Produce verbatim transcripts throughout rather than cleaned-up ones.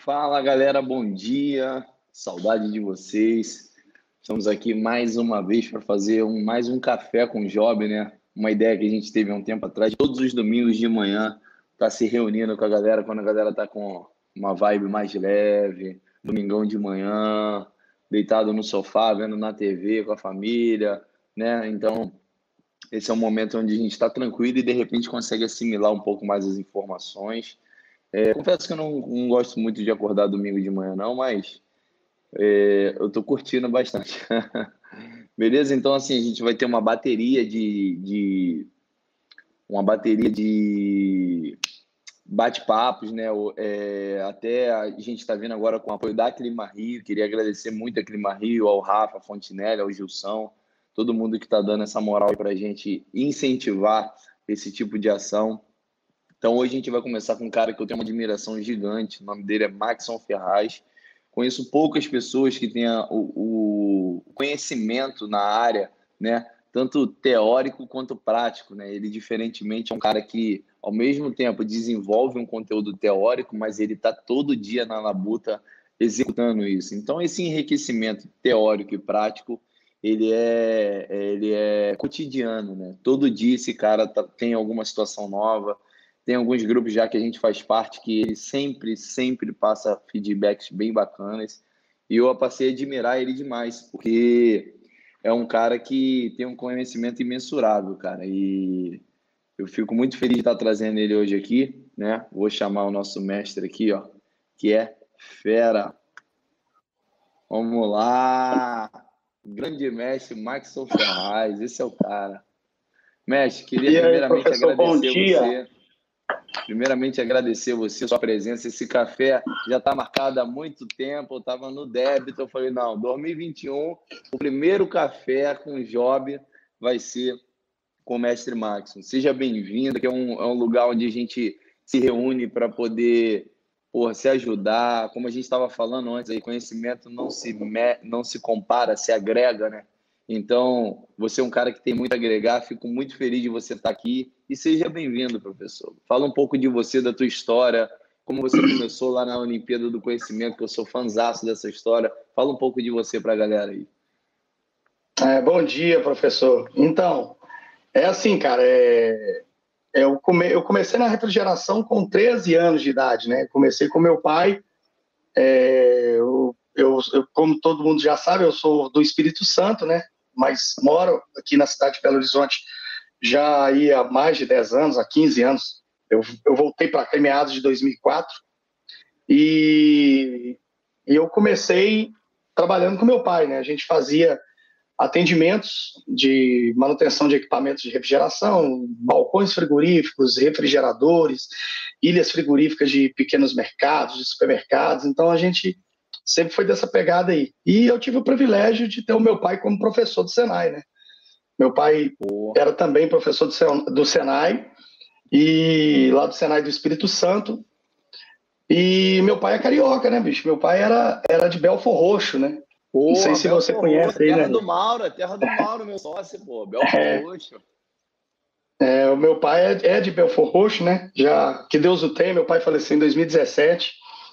Fala galera, bom dia, saudade de vocês. Estamos aqui mais uma vez para fazer um, mais um café com o Job, né? Uma ideia que a gente teve há um tempo atrás, todos os domingos de manhã, tá se reunindo com a galera, quando a galera tá com uma vibe mais leve, domingão de manhã, deitado no sofá, vendo na T V com a família, né? Então, esse é um momento onde a gente está tranquilo e de repente consegue assimilar um pouco mais as informações. É, confesso que eu não, não gosto muito de acordar domingo de manhã, não, mas é, eu tô curtindo bastante. Beleza? Então, assim, a gente vai ter uma bateria de, de uma bateria de bate-papos, né? O- é, até a gente está vindo agora com o apoio da Clima Rio. Queria agradecer muito a Clima Rio, ao Rafa Fontinelli, ao Gilson, todo mundo que está dando essa moral para a gente incentivar esse tipo de ação. Então, hoje a gente vai começar com um cara que eu tenho uma admiração gigante. O nome dele é Maxson Ferraz. Conheço poucas pessoas que tenham o, o conhecimento na área, né? Tanto teórico quanto prático, né? Ele, diferentemente, é um cara que, ao mesmo tempo, desenvolve um conteúdo teórico, mas ele está todo dia na labuta executando isso. Então, esse enriquecimento teórico e prático, ele é, ele é cotidiano, né? Todo dia esse cara tá, tem alguma situação nova. Tem alguns grupos já que a gente faz parte que ele sempre, sempre passa feedbacks bem bacanas. E eu passei a admirar ele demais, porque é um cara que tem um conhecimento imensurável, cara. E eu fico muito feliz de estar trazendo ele hoje aqui, né? Vou chamar o nosso mestre aqui, ó, que é fera. Vamos lá! Grande mestre Maxson Ferraz, esse é o cara. Mestre, queria E aí, primeiramente professor, bom agradecer dia. você. Primeiramente, agradecer você, sua presença. Esse café já está marcado há muito tempo. Eu estava no débito. Eu falei, não, dois mil e vinte e um, o primeiro café com o Job vai ser com o Mestre Maxson. Seja bem-vindo, que é um, é um lugar onde a gente se reúne para poder, porra, se ajudar. Como a gente estava falando antes, aí, conhecimento não se, me, não se compara, se agrega, né? Então, você é um cara que tem muito a agregar. Fico muito feliz de você estar aqui. E seja bem-vindo, professor. Fala um pouco de você, da tua história, como você começou lá na Olimpíada do Conhecimento, que eu sou fãzaço dessa história. Fala um pouco de você para a galera aí. É, bom dia, professor. Então, é assim, cara, é, é, eu, come, eu comecei na refrigeração com treze anos de idade, né? Comecei com meu pai. É, eu, eu, eu, como todo mundo já sabe, eu sou do Espírito Santo, né? Mas moro aqui na cidade de Belo Horizonte já aí há mais de dez anos, há quinze anos. Eu, eu voltei para cá em meados de dois mil e quatro e, e eu comecei trabalhando com meu pai, né? A gente fazia atendimentos de manutenção de equipamentos de refrigeração, balcões frigoríficos, refrigeradores, ilhas frigoríficas de pequenos mercados, de supermercados. Então a gente sempre foi dessa pegada aí. E eu tive o privilégio de ter o meu pai como professor do Senai, né? Meu pai era também professor do Senai, e lá do Senai do Espírito Santo. E meu pai é carioca, né, bicho? Meu pai era, era de Belford Roxo, né? Pô, Não sei se você Belford conhece Roxo, aí, terra né? do Mauro, terra do Mauro, meu sócio, pô. Belford É, Roxo. é, o meu pai é, é de Belford Roxo, né? Já que Deus o tenha, meu pai faleceu em dois mil e dezessete.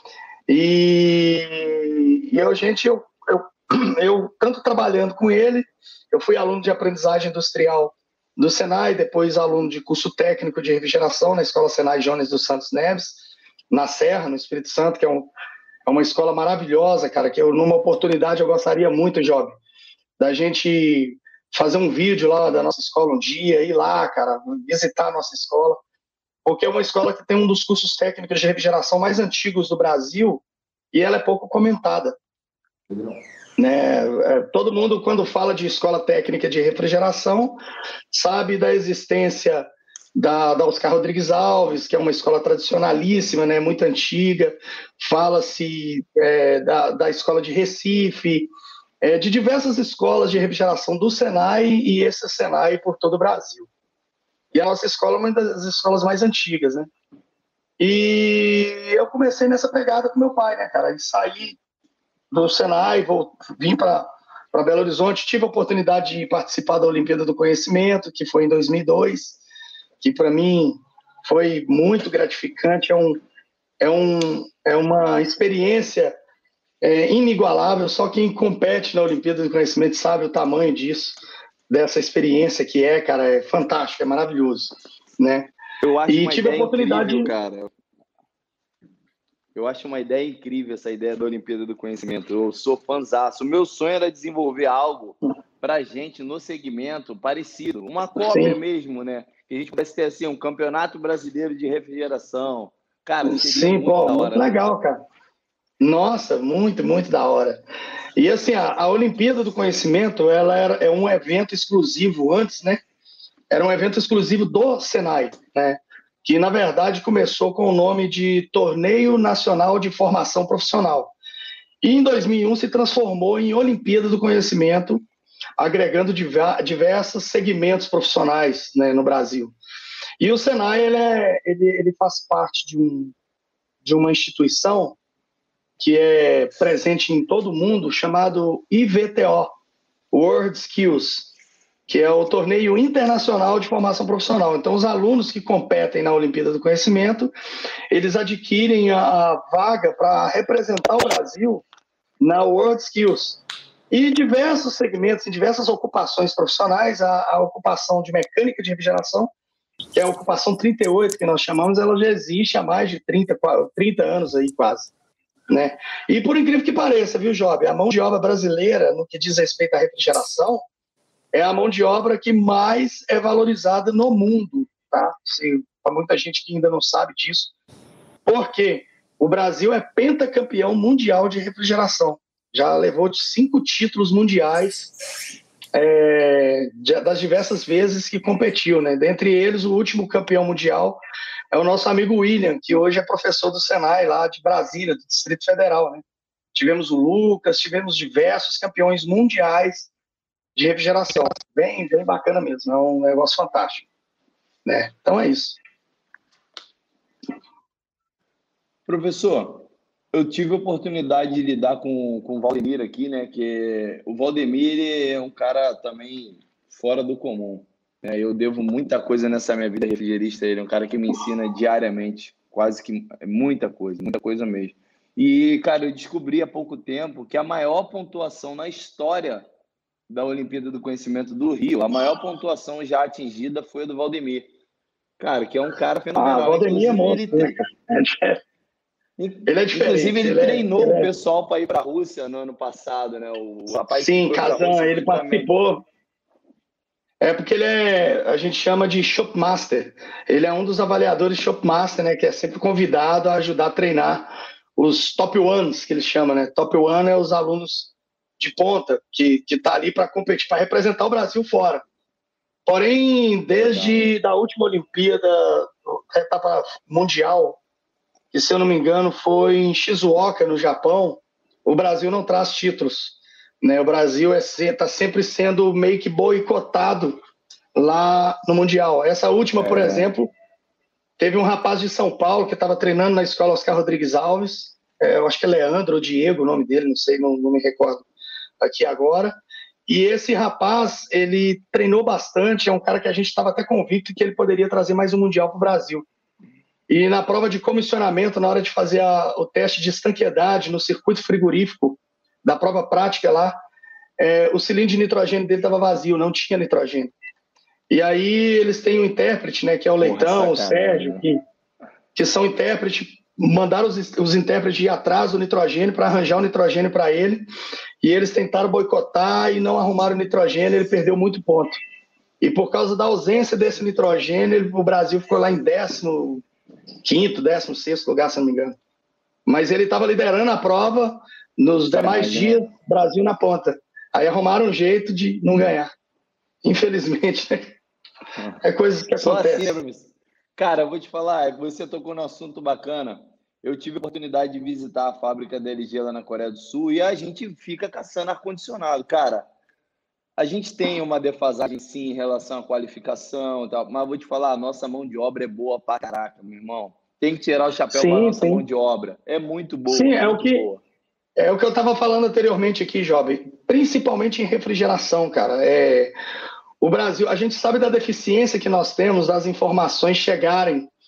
E, e eu, gente, eu, eu, eu, tanto trabalhando com ele, eu fui aluno de aprendizagem industrial do Senai, depois aluno de curso técnico de refrigeração na Escola Senai Jones dos Santos Neves, na Serra, no Espírito Santo, que é, um, é uma escola maravilhosa, cara, que eu, numa oportunidade, eu gostaria muito, Job, da gente fazer um vídeo lá da nossa escola um dia, ir lá, cara, visitar a nossa escola, porque é uma escola que tem um dos cursos técnicos de refrigeração mais antigos do Brasil e ela é pouco comentada. Né? Todo mundo, quando fala de escola técnica de refrigeração, sabe da existência da, da Oscar Rodrigues Alves, que é uma escola tradicionalíssima, né? Muito antiga. Fala-se é, da, da escola de Recife, é, de diversas escolas de refrigeração do Senai e esse Senai por todo o Brasil. E a nossa escola é uma das escolas mais antigas, né? E eu comecei nessa pegada com meu pai, né, cara? De sair do Senai, vou, vim para Belo Horizonte, tive a oportunidade de participar da Olimpíada do Conhecimento, que foi em dois mil e dois, que para mim foi muito gratificante. É um, é, um, é uma experiência é, inigualável. Só quem compete na Olimpíada do Conhecimento sabe o tamanho disso, dessa experiência que é, cara, é fantástico, é maravilhoso, né? Eu acho E uma tive a ideia oportunidade... incrível, cara. Eu acho uma ideia incrível essa ideia da Olimpíada do Conhecimento. Eu sou fãzaço. O meu sonho era desenvolver algo pra gente no segmento parecido. Uma cópia Sim. mesmo, né? Que a gente pudesse ter, assim, um campeonato brasileiro de refrigeração. Cara, seria Sim, muito pô, da muito hora, né? legal, cara. Nossa, muito, muito da hora. E assim, a, a Olimpíada do Conhecimento, ela era, é um evento exclusivo antes, né? Era um evento exclusivo do Senai, né? Que na verdade começou com o nome de Torneio Nacional de Formação Profissional. E em dois mil e um se transformou em Olimpíada do Conhecimento, agregando diversos segmentos profissionais, né, no Brasil. E o Senai ele, é, ele, ele faz parte de, um, de uma instituição que é presente em todo o mundo, chamado I V T O, World Skills, que é o Torneio Internacional de Formação Profissional. Então, os alunos que competem na Olimpíada do Conhecimento, eles adquirem a vaga para representar o Brasil na World Skills. E diversos segmentos, em diversas ocupações profissionais, a, a ocupação de mecânica de refrigeração, que é a ocupação trinta e oito, que nós chamamos, ela já existe há mais de trinta, trinta anos aí quase. Né? E por incrível que pareça, viu, Job, a mão de obra brasileira, no que diz respeito à refrigeração, é a mão de obra que mais é valorizada no mundo, tá? Para muita gente que ainda não sabe disso. Porque o Brasil é pentacampeão mundial de refrigeração. Já levou de cinco títulos mundiais é, das diversas vezes que competiu, né? Dentre eles, o último campeão mundial é o nosso amigo William, que hoje é professor do Senai, lá de Brasília, do Distrito Federal, né? Tivemos o Lucas, tivemos diversos campeões mundiais de refrigeração. Bem, bem bacana mesmo, é um negócio fantástico, né? Então é isso. Professor, eu tive a oportunidade de lidar com, com o Valdemir aqui, né? Que o Valdemir é um cara também fora do comum. Né? Eu devo muita coisa nessa minha vida refrigerista. Ele é um cara que me ensina diariamente, quase que muita coisa, muita coisa mesmo. E, cara, eu descobri há pouco tempo que a maior pontuação na história da Olimpíada do Conhecimento do Rio, a maior pontuação já atingida foi a do Valdemir. Cara, que é um cara fenomenal. Ah, Valdemir é monstro, ele né, cara? Ele é Inclusive, diferente. ele, ele treinou é, ele o é... pessoal para ir para a Rússia no ano passado, né? O rapaz que Sim, foi para a Kazan, Rússia ele futuramente. participou. É porque ele é, a gente chama de Shopmaster. Ele é um dos avaliadores Shopmaster, né? Que é sempre convidado a ajudar a treinar os top ones, que eles chamam, né? Top one é os alunos de ponta, que que tá ali para competir, para representar o Brasil fora. Porém, desde da última Olimpíada, etapa mundial, que se eu não me engano foi em Shizuoka, no Japão, o Brasil não traz títulos. Né? O Brasil está é, sempre sendo meio que boicotado lá no Mundial. Essa última, por é. exemplo, teve um rapaz de São Paulo que estava treinando na escola Oscar Rodrigues Alves, é, eu acho que é Leandro ou Diego, o nome dele, não sei, não, não me recordo aqui agora. E esse rapaz, ele treinou bastante, é um cara que a gente estava até convicto que ele poderia trazer mais um Mundial para o Brasil. E na prova de comissionamento, na hora de fazer a, o teste de estanqueidade no circuito frigorífico da prova prática lá, é, o cilindro de nitrogênio dele estava vazio, não tinha nitrogênio. E aí eles têm um intérprete, né, que é o Leitão, Porra, o Sérgio, que, que são intérpretes, mandaram os, os intérpretes ir atrás do nitrogênio para arranjar o nitrogênio para ele, e eles tentaram boicotar e não arrumaram o nitrogênio, ele perdeu muito ponto. E por causa da ausência desse nitrogênio, ele, o Brasil ficou lá em décimo quinto, décimo sexto lugar, se não me engano. Mas ele estava liderando a prova, nos demais dias, Brasil na ponta. Aí arrumaram um jeito de não ganhar. Infelizmente, né? É coisa que acontece. Só assim, né, cara, eu vou te falar, você tocou num assunto bacana. Eu tive a oportunidade de visitar a fábrica da L G lá na Coreia do Sul e a gente fica caçando ar-condicionado. Cara, a gente tem uma defasagem, sim, em relação à qualificação e tal, mas vou te falar, a nossa mão de obra é boa pra caraca, meu irmão. Tem que tirar o chapéu para a nossa sim. mão de obra. É muito boa. Sim, é muito o que... boa. É o que eu estava falando anteriormente aqui, Job, principalmente em refrigeração, cara. É, o Brasil, a gente sabe da deficiência que nós temos das informações chegarem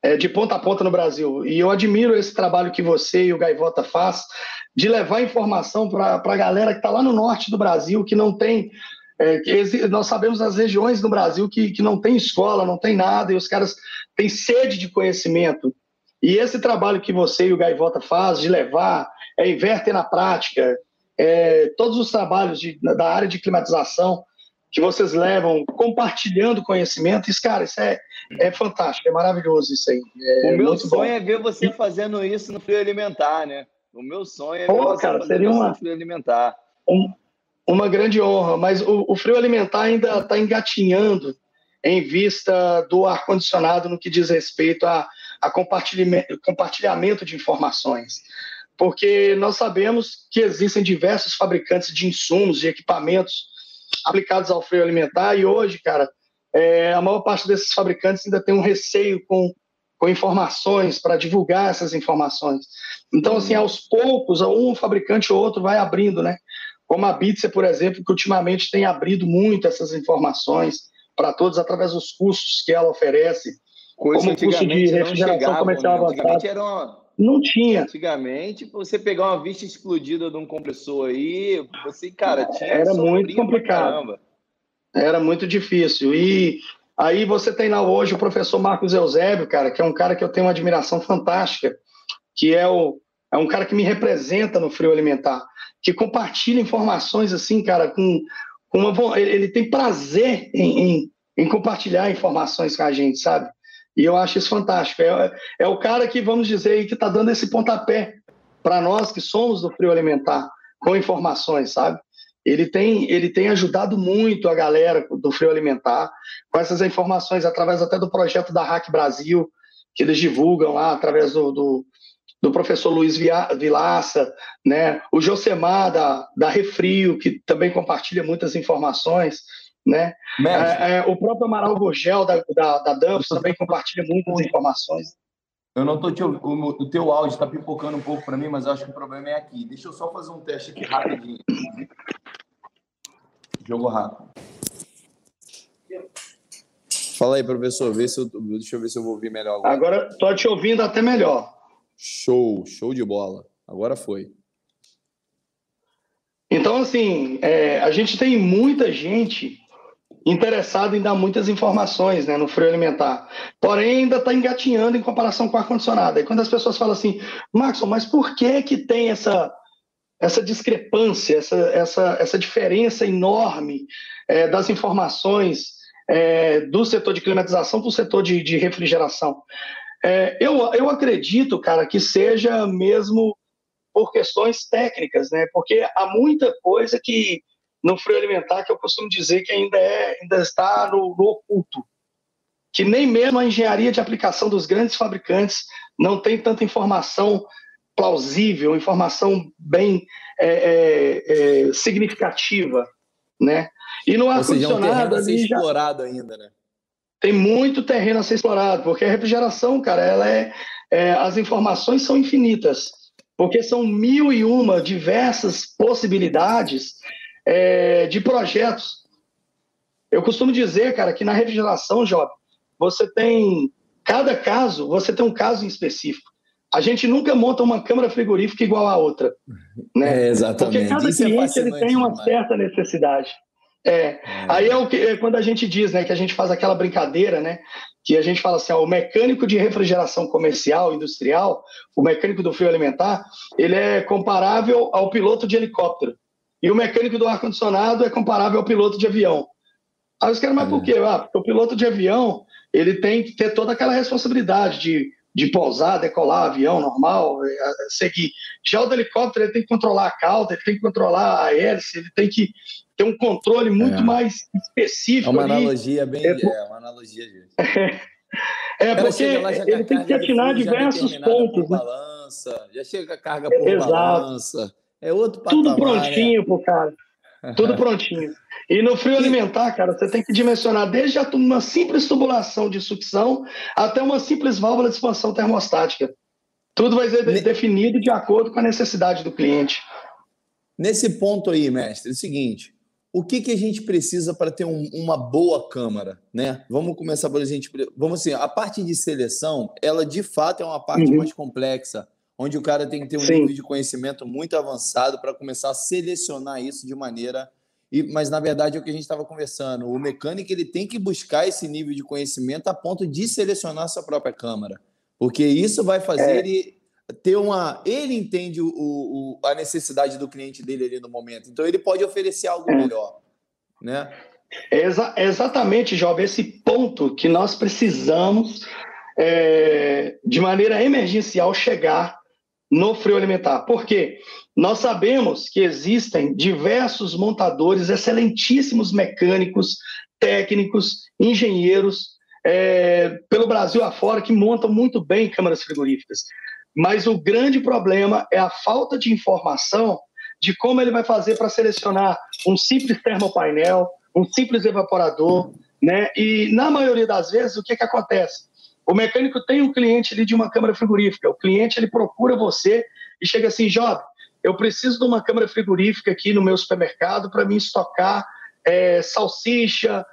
é, de ponta a ponta no Brasil. E eu admiro esse trabalho que você e o Gaivota faz de levar informação para a galera que está lá no norte do Brasil, que não tem... É, que nós sabemos as regiões do Brasil que, que não tem escola, não tem nada, e os caras têm sede de conhecimento. E esse trabalho que você e o Gaivota faz de levar, é, inverter na prática, é, todos os trabalhos de, da área de climatização que vocês levam, compartilhando conhecimento, isso, cara, isso é, é fantástico, é maravilhoso isso aí. É o meu muito sonho bom. é ver você fazendo isso no Frio Alimentar, né? O meu sonho é Pô, ver você cara, fazendo seria isso uma, no Frio Alimentar. Um, uma grande honra, mas o, o Frio Alimentar ainda está engatinhando em vista do ar-condicionado no que diz respeito a, a compartilhamento, compartilhamento de informações. Porque nós sabemos que existem diversos fabricantes de insumos, de equipamentos aplicados ao freio alimentar, e hoje, cara, é, a maior parte desses fabricantes ainda tem um receio com, com informações, para divulgar essas informações. Então, assim, aos poucos, um fabricante ou outro vai abrindo, né? Como a Bitzer, por exemplo, que ultimamente tem abrido muito essas informações para todos através dos cursos que ela oferece, coisa como o curso de refrigeração comercial né? Antigamente avançada. era uma... Não tinha. Antigamente, você pegar uma vista explodida de um compressor aí, você, cara, tinha Era muito complicado. Era muito difícil. E aí você tem lá hoje o professor Marcos Eusébio, cara, que é um cara que eu tenho uma admiração fantástica, que é, o, é um cara que me representa no Frio Alimentar, que compartilha informações assim, cara, com, com uma, ele, ele tem prazer em, em, em compartilhar informações com a gente, sabe? E eu acho isso fantástico. É, é o cara que, vamos dizer, que está dando esse pontapé para nós que somos do Frio Alimentar, com informações, sabe? Ele tem, ele tem ajudado muito a galera do Frio Alimentar com essas informações, através até do projeto da Hack Brasil, que eles divulgam lá, através do, do, do professor Luiz Vilaça, né? O Josemar da, da Refrio, que também compartilha muitas informações, né? É, é, o próprio Amaral Gurgel da, da, da Danfos também compartilha muitas informações. Eu não tô te ouvindo, o, o teu áudio está pipocando um pouco para mim, mas eu acho que o problema é aqui. Deixa eu só fazer um teste aqui rapidinho. Jogo rápido. Fala aí, professor. Vê se eu, deixa eu ver se eu vou ouvir melhor agora. Agora estou te ouvindo até melhor. Show, show de bola. Agora foi. Então, assim, é, a gente tem muita gente interessada em dar muitas informações, né, no Frio Alimentar. Porém, ainda está engatinhando em comparação com o ar-condicionado. E quando as pessoas falam assim, Maxon, mas por que que tem essa, essa discrepância, essa, essa, essa diferença enorme é, das informações é, do setor de climatização para o setor de, de refrigeração? É, eu, eu acredito, cara, que seja mesmo por questões técnicas, né? Porque há muita coisa que no Frio Alimentar que eu costumo dizer que ainda, é, ainda está no, no oculto, que nem mesmo a engenharia de aplicação dos grandes fabricantes não tem tanta informação plausível, informação bem é, é, é, significativa, né? E no ar-condicionado... Ou seja, é um terreno a ser explorado ainda, né? Tem muito terreno a ser explorado, porque a refrigeração, cara, ela é, é, as informações são infinitas, porque são mil e uma diversas possibilidades é, de projetos. Eu costumo dizer, cara, que na refrigeração, Job, você tem, cada caso, você tem um caso em específico. A gente nunca monta uma câmara frigorífica igual a outra, né? É, exatamente. Porque cada Isso cliente é ele tem uma demais. certa necessidade. É. É. Aí é, o que, é quando a gente diz, né, que a gente faz aquela brincadeira, né, que a gente fala assim, ó, o mecânico de refrigeração comercial, industrial, o mecânico do frio alimentar, ele é comparável ao piloto de helicóptero. E o mecânico do ar-condicionado é comparável ao piloto de avião. Aí os caras, mas por quê? Ah, porque o piloto de avião, ele tem que ter toda aquela responsabilidade de, de pousar, decolar avião normal, seguir. Já o do helicóptero, ele tem que controlar a cauda, ele tem que controlar a hélice, ele tem que ter um controle muito é. mais específico. É uma ali. analogia bem... É, é uma analogia, gente. É, porque lá, ele tem que atinar diversos pontos. Por balança, já chega com a carga por Exato. balança. É outro patamar, Tudo prontinho, né? pro cara. Tudo prontinho. E no frio alimentar, cara, você tem que dimensionar desde uma simples tubulação de sucção até uma simples válvula de expansão termostática. Tudo vai ser definido de acordo com a necessidade do cliente. Nesse ponto aí, mestre, é o seguinte, o que, que a gente precisa para ter um, uma boa câmara, né? Vamos começar por a gente, vamos assim, a parte de seleção, ela de fato é uma parte uhum. mais complexa, onde o cara tem que ter um Sim. nível de conhecimento muito avançado para começar a selecionar isso de maneira... E, mas, na verdade, é o que a gente estava conversando. O mecânico ele tem que buscar esse nível de conhecimento a ponto de selecionar a sua própria câmara, porque isso vai fazer é. ele ter uma... Ele entende o, o, a necessidade do cliente dele ali no momento, então ele pode oferecer algo é. melhor, né? É exa exatamente, Job, esse ponto que nós precisamos, é, de maneira emergencial, chegar no freio alimentar. Por quê? Nós sabemos que existem diversos montadores, excelentíssimos mecânicos, técnicos, engenheiros, é, pelo Brasil afora, que montam muito bem câmaras frigoríficas. Mas o grande problema é a falta de informação de como ele vai fazer para selecionar um simples termopainel, um simples evaporador, né? E, na maioria das vezes, o que, que acontece? O mecânico tem um cliente ali de uma câmara frigorífica, o cliente ele procura você e chega assim, Job, eu preciso de uma câmara frigorífica aqui no meu supermercado para me estocar é, salsicha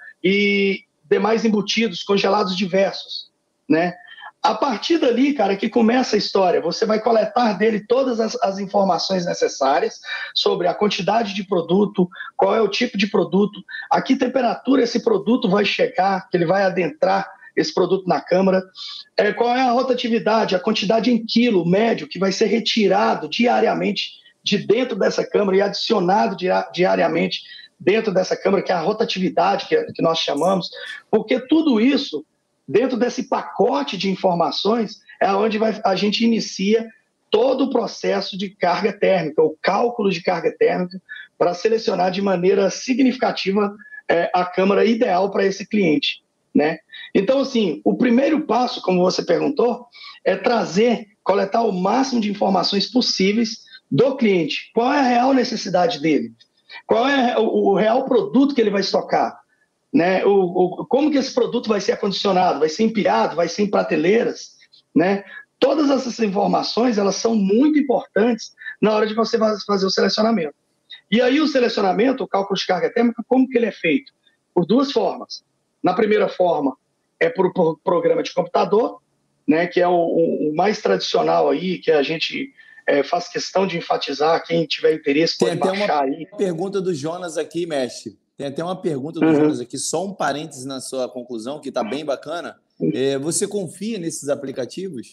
e demais embutidos, congelados diversos, né? A partir dali, cara, que começa a história, você vai coletar dele todas as, as informações necessárias sobre a quantidade de produto, qual é o tipo de produto, a que temperatura esse produto vai chegar, que ele vai adentrar esse produto na câmara, é, qual é a rotatividade, a quantidade em quilo médio que vai ser retirado diariamente de dentro dessa câmara e adicionado diariamente dentro dessa câmara, que é a rotatividade que, que nós chamamos, porque tudo isso, dentro desse pacote de informações, é onde vai, a gente inicia todo o processo de carga térmica, o cálculo de carga térmica, para selecionar de maneira significativa é, a câmara ideal para esse cliente, né? Então, assim, o primeiro passo, como você perguntou, é trazer, coletar o máximo de informações possíveis do cliente. Qual é a real necessidade dele? Qual é o, o real produto que ele vai estocar? Né? O, o, como que esse produto vai ser acondicionado? Vai ser empilhado? Vai ser em prateleiras? Né? Todas essas informações, elas são muito importantes na hora de você fazer o selecionamento. E aí o selecionamento, o cálculo de carga térmica, como que ele é feito? Por duas formas. Na primeira forma, é por, por programa de computador, né, que é o, o mais tradicional aí, que a gente é, faz questão de enfatizar, quem tiver interesse pode Tem baixar uma aí. Pergunta do Jonas aqui, mestre. Tem até uma pergunta do uhum. Jonas aqui, só um parênteses na sua conclusão, que está bem bacana. É, você confia nesses aplicativos?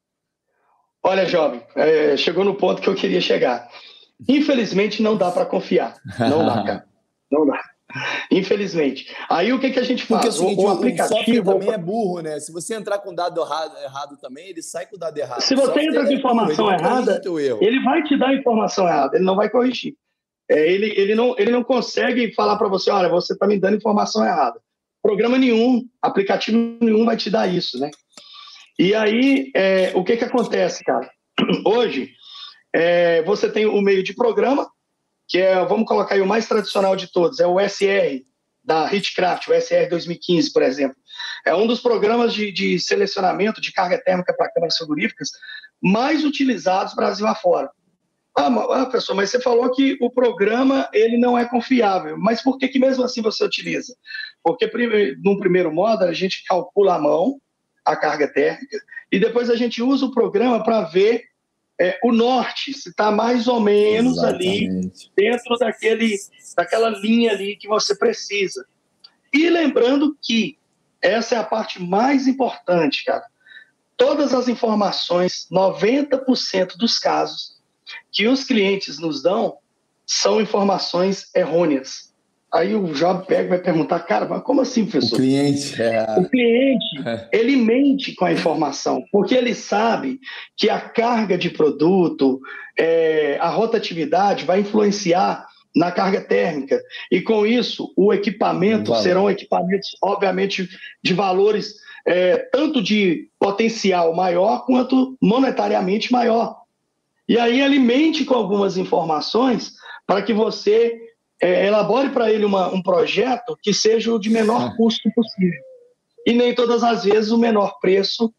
Olha, jovem, é, chegou no ponto que eu queria chegar. Infelizmente, não dá para confiar. Não dá, cara. Não dá. Infelizmente. Aí o que, que a gente faz? Porque é o seguinte, o, o aplicativo o software também é burro, né? Se você entrar com dado errado, errado também, ele sai com o dado errado. Se você entra com informação é burro, errada, ele, ele vai te dar a informação errada, ele não vai corrigir. É, ele, ele, não, ele não consegue falar para você, olha, você está me dando informação errada. Programa nenhum, aplicativo nenhum vai te dar isso, né? E aí, é, o que, que acontece, cara? Hoje, é, você tem o meio de programa, que é, vamos colocar aí o mais tradicional de todos, é o S R da Heatcraft, o S R dois mil e quinze, por exemplo. É um dos programas de, de selecionamento de carga térmica para câmaras frigoríficas mais utilizados Brasil afora. Ah, ah, pessoal, mas você falou que o programa ele não é confiável, mas por que, que mesmo assim você utiliza? Porque, num primeiro modo, a gente calcula à mão a carga térmica e depois a gente usa o programa para ver É, o norte, se está mais ou menos Exatamente. ali dentro daquele, daquela linha ali que você precisa. E lembrando que essa é a parte mais importante, cara. Todas as informações, noventa por cento dos casos que os clientes nos dão são informações errôneas. Aí o Job pega e vai perguntar, cara, mas como assim, professor? O cliente, é... o cliente, ele mente com a informação, porque ele sabe que a carga de produto, é, a rotatividade vai influenciar na carga térmica. E com isso, o equipamento Valeu. serão equipamentos, obviamente, de valores é, tanto de potencial maior quanto monetariamente maior. E aí ele mente com algumas informações para que você... É, elabore para ele uma, um projeto que seja o de menor custo possível. E nem todas as vezes o menor preço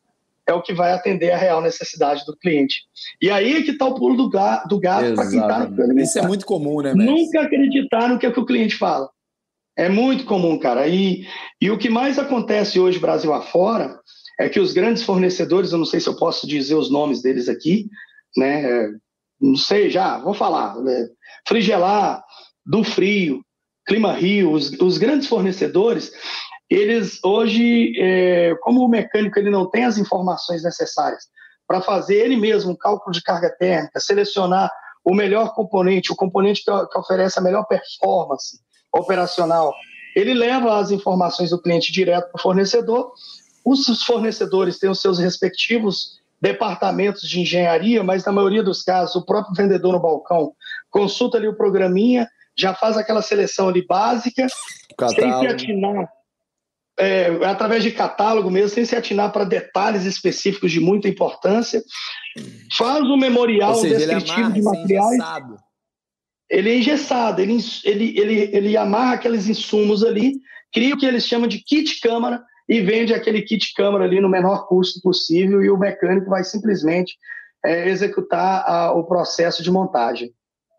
é o que vai atender a real necessidade do cliente. E aí é que está o pulo do, ga, do gato para quem está no Isso é muito comum, né, mestre? Nunca acreditar no que, é que o cliente fala. É muito comum, cara. E, e o que mais acontece hoje, Brasil afora, é que os grandes fornecedores, eu não sei se eu posso dizer os nomes deles aqui, né? Não sei, já, vou falar. Né? Frigelar, do Frio, Clima Rio, os, os grandes fornecedores, eles hoje, é, como o mecânico ele não tem as informações necessárias para fazer ele mesmo um cálculo de carga térmica, selecionar o melhor componente, o componente que, que oferece a melhor performance operacional, ele leva as informações do cliente direto para o fornecedor. Os fornecedores têm os seus respectivos departamentos de engenharia, mas na maioria dos casos o próprio vendedor no balcão consulta ali o programinha, já faz aquela seleção ali básica, sem se atinar, é, através de catálogo mesmo, sem se atinar para detalhes específicos de muita importância, faz um memorial seja, descritivo de materiais. Ele é engessado, ele, ele, ele, ele amarra aqueles insumos ali, cria o que eles chamam de kit câmara e vende aquele kit câmara ali no menor custo possível e o mecânico vai simplesmente é, executar a, o processo de montagem.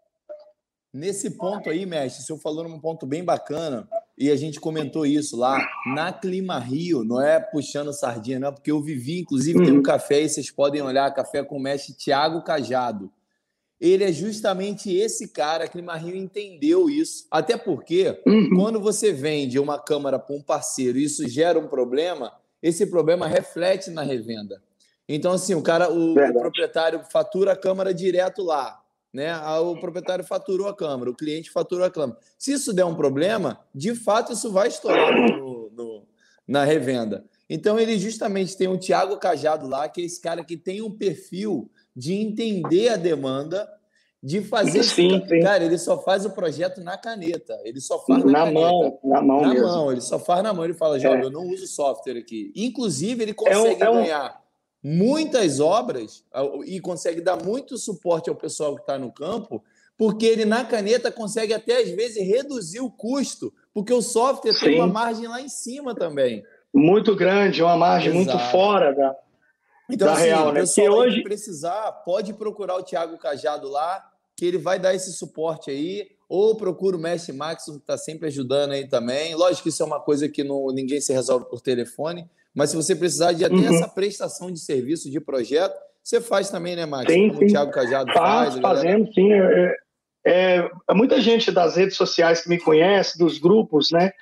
Nesse ponto aí, mestre, o senhor falou num ponto bem bacana e a gente comentou isso lá, na Clima Rio, não é puxando sardinha, não, porque eu vivi, inclusive uhum. tem um café aí, vocês podem olhar, café com o mestre Thiago Cajado. Ele é justamente esse cara, a Clima Rio entendeu isso. Até porque, uhum. quando você vende uma câmara para um parceiro e isso gera um problema, esse problema reflete na revenda. Então, assim, o cara, o, o proprietário fatura a câmara direto lá, né? O proprietário faturou a câmara, o cliente faturou a câmara. Se isso der um problema, de fato, isso vai estourar no, no, na revenda. Então, ele justamente tem o Thiago Cajado lá, que é esse cara que tem um perfil de entender a demanda, de fazer... Sim, sim. Cara, ele só faz o projeto na caneta. Ele só faz na, na caneta. Mão, na mão, Na mesmo. mão, ele só faz na mão. Ele fala, Job, é. eu não uso software aqui. Inclusive, ele consegue é um, é um... ganhar muitas obras e consegue dar muito suporte ao pessoal que está no campo, porque ele, na caneta, consegue até, às vezes, reduzir o custo, porque o software sim. tem uma margem lá em cima também. Muito grande, uma margem Exato. muito fora da... Então, da assim, real, o né? pessoal hoje... que precisar, pode procurar o Thiago Cajado lá, que ele vai dar esse suporte aí, ou procura o mestre Maxson, que está sempre ajudando aí também. Lógico que isso é uma coisa que não, ninguém se resolve por telefone, mas se você precisar de até uhum. essa prestação de serviço, de projeto, você faz também, né, Maxson? Sim, Como sim. o Thiago Cajado faz. faz. Fazendo, sim. É, é, é, muita gente das redes sociais que me conhece, dos grupos, né,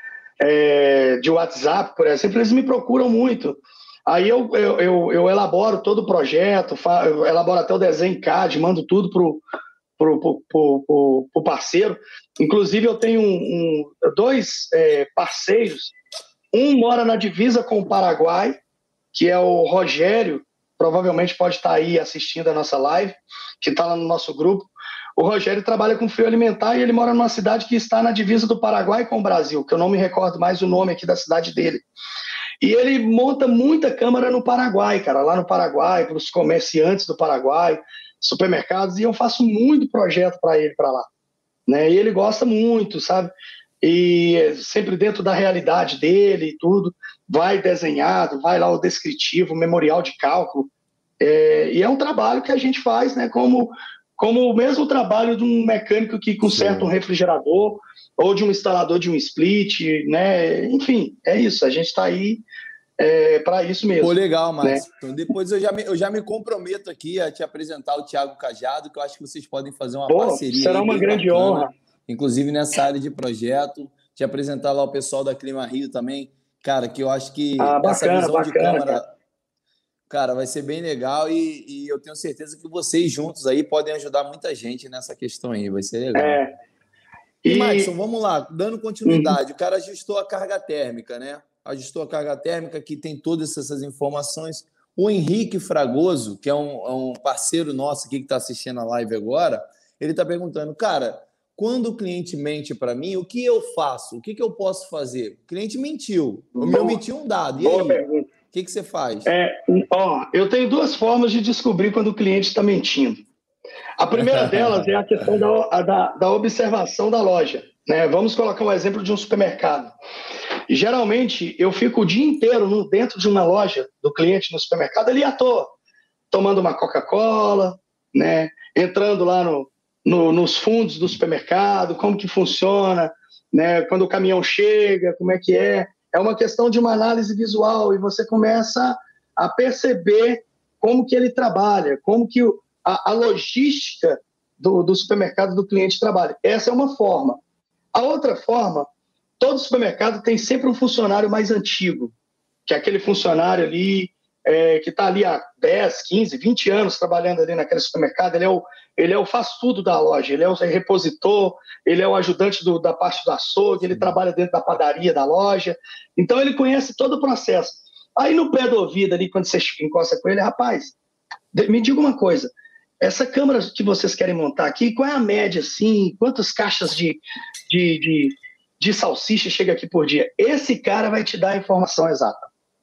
é, de WhatsApp, por exemplo, eles me procuram muito. Aí eu, eu, eu, eu elaboro todo o projeto, eu elaboro até o desenho em C A D, mando tudo para o pro, pro, pro, pro parceiro. Inclusive, eu tenho um, um, dois é, parceiros. Um mora na divisa com o Paraguai, que é o Rogério, provavelmente pode estar aí assistindo a nossa live, que está lá no nosso grupo. O Rogério trabalha com frio alimentar e ele mora numa cidade que está na divisa do Paraguai com o Brasil, que eu não me recordo mais o nome aqui da cidade dele. E ele monta muita câmara no Paraguai, cara, lá no Paraguai, para os comerciantes do Paraguai, supermercados, e eu faço muito projeto para ele para lá, né? E ele gosta muito, sabe? E sempre dentro da realidade dele e tudo, vai desenhado, vai lá o descritivo, o memorial de cálculo, é, e é um trabalho que a gente faz, né, como, como o mesmo trabalho de um mecânico que conserta um refrigerador, ou de um instalador de um split, né? Enfim, é isso, a gente está aí é, para isso mesmo. Pô, legal, Márcio. Né? Depois eu já, me, eu já me comprometo aqui a te apresentar o Thiago Cajado, que eu acho que vocês podem fazer uma Pô, parceria. Será uma grande bacana, honra. Inclusive nessa área de projeto, te apresentar lá o pessoal da Clima Rio também, cara, que eu acho que ah, bacana, essa visão bacana, de câmera, cara. cara, vai ser bem legal e, e eu tenho certeza que vocês juntos aí podem ajudar muita gente nessa questão aí, vai ser legal. É. E, e Maxson, vamos lá, dando continuidade, uhum. o cara ajustou a carga térmica, né? Ajustou a carga térmica, que tem todas essas informações. O Henrique Fragoso, que é um, é um parceiro nosso aqui que está assistindo a live agora, ele está perguntando, cara, quando o cliente mente para mim, o que eu faço? O que, que eu posso fazer? O cliente mentiu. O meu mentiu um dado. E Boa aí? Pergunta. O que, que você faz? É, ó, eu tenho duas formas de descobrir quando o cliente está mentindo. A primeira delas é a questão da, da, da observação da loja, né? Vamos colocar um exemplo de um supermercado. Geralmente, eu fico o dia inteiro no, dentro de uma loja do cliente no supermercado, ali à toa, tomando uma Coca-Cola, né? Entrando lá no, no, nos fundos do supermercado, como que funciona, né? Quando o caminhão chega, como é que é. É uma questão de uma análise visual e você começa a perceber como que ele trabalha, como que o, a, a logística do, do supermercado do cliente trabalha. Essa é uma forma. A outra forma, todo supermercado tem sempre um funcionário mais antigo, que é aquele funcionário ali é, que está ali há dez, quinze, vinte anos trabalhando ali naquele supermercado. Ele é o, ele é o faz tudo da loja, ele é o repositor, ele é o ajudante do, da parte do açougue, ele trabalha dentro da padaria da loja. Então ele conhece todo o processo. Aí no pé do ouvido ali, quando você encosta com ele, rapaz, me diga uma coisa, essa câmara que vocês querem montar aqui, qual é a média, assim, quantas caixas de, de, de, de salsicha chega aqui por dia? Esse cara vai te dar a informação exata.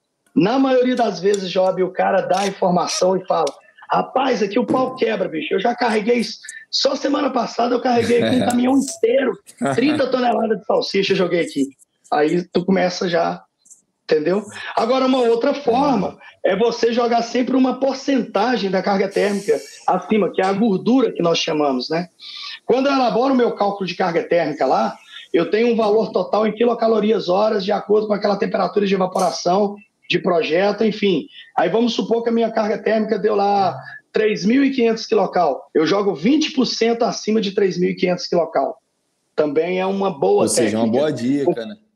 Na maioria das vezes, Job, o cara dá a informação e fala, rapaz, aqui o pau quebra, bicho, eu já carreguei, só semana passada eu carreguei aqui um caminhão inteiro, trinta toneladas de salsicha eu joguei aqui. Aí tu começa já, entendeu? Agora, uma outra forma é você jogar sempre uma porcentagem da carga térmica acima, que é a gordura que nós chamamos, né? Quando eu elaboro o meu cálculo de carga térmica lá, eu tenho um valor total em quilocalorias horas de acordo com aquela temperatura de evaporação de projeto, enfim. Aí vamos supor que a minha carga térmica deu lá três mil e quinhentos quilocal. Eu jogo vinte por cento acima de três mil e quinhentos quilocal. Também é uma boa Ou seja, técnica. uma boa dica, né?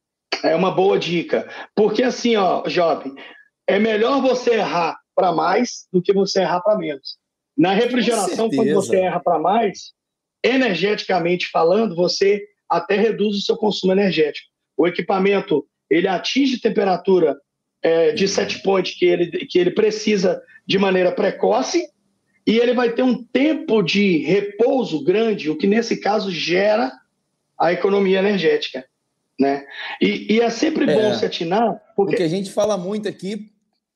É uma boa dica. Porque assim, ó, Job, é melhor você errar para mais do que você errar para menos. Na refrigeração, quando você erra para mais, energeticamente falando, você até reduz o seu consumo energético. O equipamento, ele atinge temperatura é, de set point que ele, que ele precisa de maneira precoce e ele vai ter um tempo de repouso grande, o que nesse caso gera a economia energética. Né? E, e é sempre bom é, se atinar... Porque... porque a gente fala muito aqui...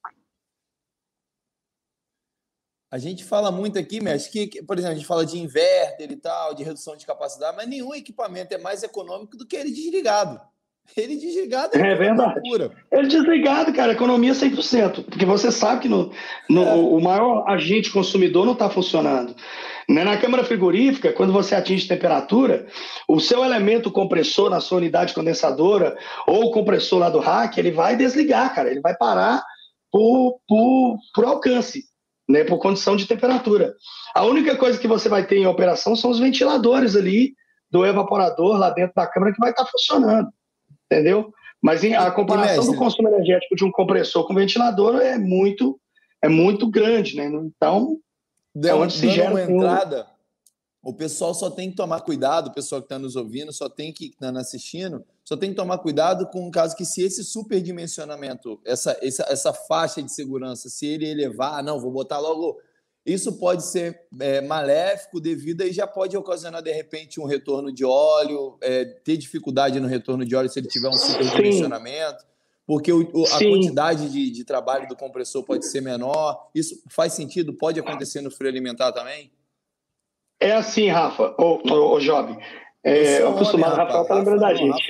A gente fala muito aqui, mestre, que, por exemplo, a gente fala de inverter e tal, de redução de capacidade, mas nenhum equipamento é mais econômico do que ele desligado. Ele desligado é, é verdade. Pura. Ele desligado, cara, economia cem por cento. Porque você sabe que no, no, é. o maior agente consumidor não está funcionando. Na câmara frigorífica, quando você atinge temperatura, o seu elemento compressor na sua unidade condensadora ou o compressor lá do rack, ele vai desligar, cara. Ele vai parar por, por, por alcance, né, por condição de temperatura. A única coisa que você vai ter em operação são os ventiladores ali do evaporador lá dentro da câmara que vai estar funcionando. Entendeu? Mas a comparação do consumo energético de um compressor com ventilador é muito, é muito grande, né? Então, é onde se gera uma entrada. Um... O pessoal só tem que tomar cuidado, o pessoal que está nos ouvindo, só tem que estar tá assistindo, só tem que tomar cuidado com o caso que se esse superdimensionamento, essa, essa, essa faixa de segurança, se ele elevar, não, vou botar logo... Isso pode ser é, maléfico devido a já pode ocasionar, de repente, um retorno de óleo, é, ter dificuldade no retorno de óleo se ele tiver um superdimensionamento, porque o, o, a quantidade de, de trabalho do compressor pode ser menor. Isso faz sentido? Pode acontecer no frio alimentar também? É assim, Rafa, ô, ô, ô Job. É, eu acostumado, homem, Rafael tá lembrando da gente.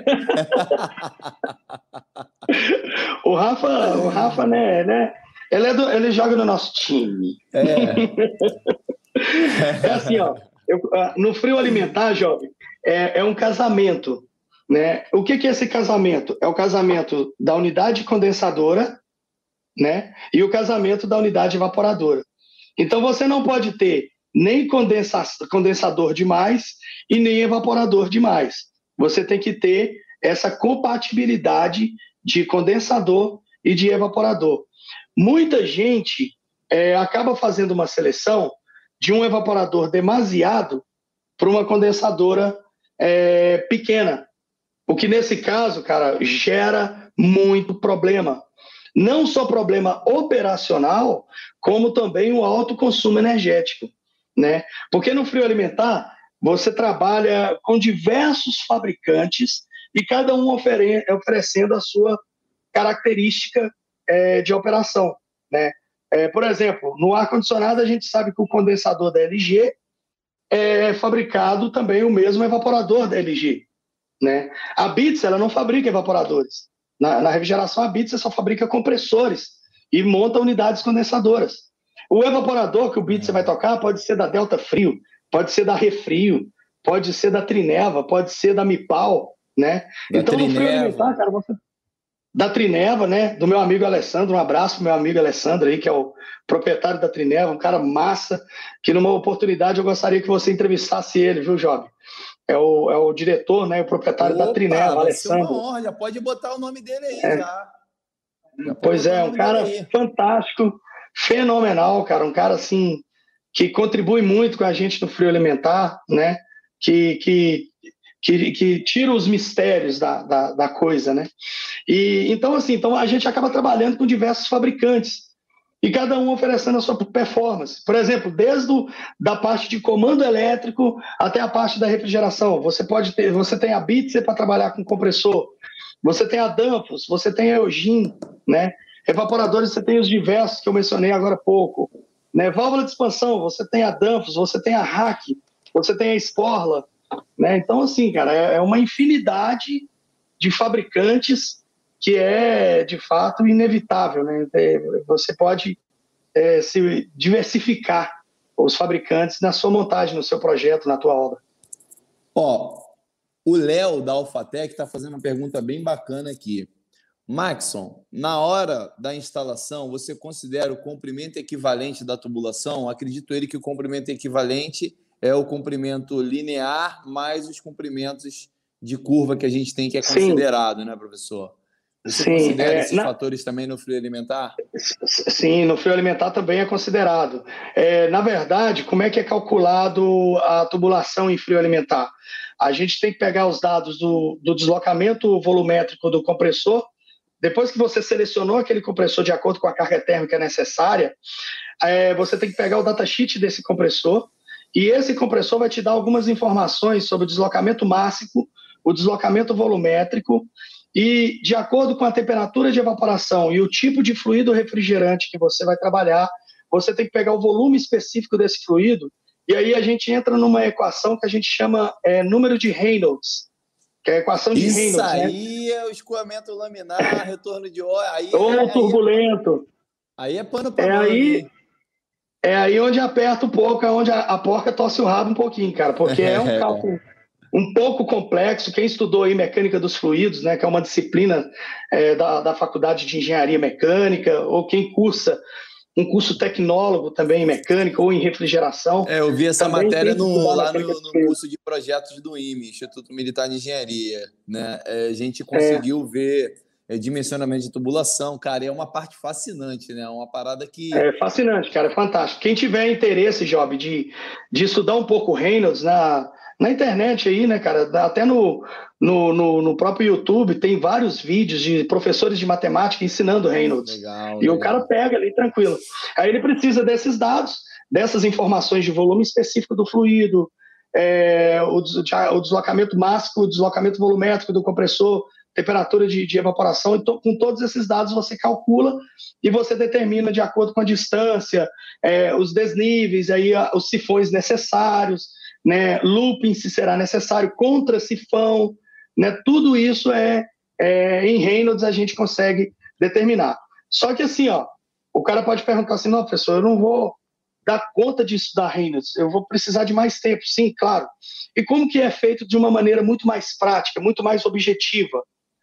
o Rafa, o Rafa, né, né? Ele, é do, ele joga no nosso time. É, é assim, ó. Eu, no frio alimentar, jovem, é, é um casamento. Né? O que, que é esse casamento? É o casamento da unidade condensadora, né? E o casamento da unidade evaporadora. Então, você não pode ter nem condensa, condensador demais e nem evaporador demais. Você tem que ter essa compatibilidade de condensador e de evaporador. Muita gente é, acaba fazendo uma seleção de um evaporador demasiado para uma condensadora é, pequena, o que nesse caso, cara, gera muito problema. Não só problema operacional, como também o alto consumo energético, né? Porque no frio alimentar, você trabalha com diversos fabricantes e cada um ofere- oferecendo a sua característica É, de operação, né? É, por exemplo, no ar-condicionado a gente sabe que o condensador da L G é fabricado também o mesmo evaporador da L G, né? A Bitzer, ela não fabrica evaporadores. Na, na refrigeração, a Bitzer só fabrica compressores e monta unidades condensadoras. O evaporador que o Bitzer vai tocar pode ser da Delta Frio, pode ser da Refrio, pode ser da Trineva, pode ser da Mipal, né? Da então, Trineva. no frio alimentar, cara, você... da Trineva, né? Do meu amigo Alessandro, um abraço pro meu amigo Alessandro aí, que é o proprietário da Trineva, um cara massa, que numa oportunidade eu gostaria que você entrevistasse ele, viu, Job? É o, é o diretor, né? O proprietário Opa, da Trineva, vai Alessandro. ser uma honra, já pode botar o nome dele aí, é. já. já pois é, um cara fantástico, fenomenal, cara, um cara assim que contribui muito com a gente no frio alimentar, né? Que, que, que, que tira os mistérios da, da, da coisa, né? E então assim, então a gente acaba trabalhando com diversos fabricantes e cada um oferecendo a sua performance. Por exemplo, desde o, da parte de comando elétrico até a parte da refrigeração. Você pode ter, você tem a Bitzer para trabalhar com compressor, você tem a Danfoss, você tem a Eugene, né? Evaporadores, você tem os diversos que eu mencionei agora há pouco, né? Válvula de expansão, você tem a Danfoss, você tem a Hack, você tem a Sporla, né? Então, assim, cara, é uma infinidade de fabricantes que é, de fato, inevitável, né? Você pode é, se diversificar os fabricantes na sua montagem, no seu projeto, na tua obra. Ó, o Léo da Alphatec está fazendo uma pergunta bem bacana aqui. Maxson, na hora da instalação, você considera o comprimento equivalente da tubulação? Acredito ele que o comprimento equivalente é o comprimento linear mais os comprimentos de curva que a gente tem, que é considerado, sim, né, professor? Você sim, considera é, esses na... fatores também no frio alimentar? Sim, no frio alimentar também é considerado. É, na verdade, como é que é calculado a tubulação em frio alimentar? A gente tem que pegar os dados do, do deslocamento volumétrico do compressor. Depois que você selecionou aquele compressor de acordo com a carga térmica necessária, é, você tem que pegar o datasheet desse compressor e esse compressor vai te dar algumas informações sobre o deslocamento máximo, o deslocamento volumétrico e, de acordo com a temperatura de evaporação e o tipo de fluido refrigerante que você vai trabalhar, você tem que pegar o volume específico desse fluido e aí a gente entra numa equação que a gente chama é, número de Reynolds, que é a equação de Isso Reynolds. Isso aí, né? É o escoamento laminar, retorno de óleo. Aí Ou é, turbulento. Aí é pano para é mano. Aí, é aí onde aperta um pouco, é onde a, a porca tosse o rabo um pouquinho, cara, porque é um cálculo um pouco complexo. Quem estudou aí mecânica dos fluidos, né, que é uma disciplina é, da, da Faculdade de Engenharia Mecânica, ou quem cursa um curso tecnólogo também em mecânica ou em refrigeração. É, eu vi essa matéria no, lá no, no curso de projetos do I M E, Instituto Militar de Engenharia, né? É, a gente conseguiu é. ver é, dimensionamento de tubulação, cara, é uma parte fascinante, né? Uma parada que... É fascinante, cara, é fantástico. Quem tiver interesse, Job, de, de estudar um pouco Reynolds na, na internet aí, né, cara, até no, no, no, no próprio YouTube tem vários vídeos de professores de matemática ensinando Reynolds. Legal, e legal. O cara pega ali tranquilo. Aí ele precisa desses dados, dessas informações de volume específico do fluido, é, o, o deslocamento máximo, o deslocamento volumétrico do compressor, temperatura de, de evaporação, e to, com todos esses dados você calcula e você determina de acordo com a distância, é, os desníveis, aí, a, os sifões necessários, né, looping se será necessário, contra-sifão, né, tudo isso é, é em Reynolds a gente consegue determinar. Só que assim, ó, o cara pode perguntar assim, não, professor, eu não vou dar conta disso da Reynolds, eu vou precisar de mais tempo. Sim, claro. E como que é feito de uma maneira muito mais prática, muito mais objetiva?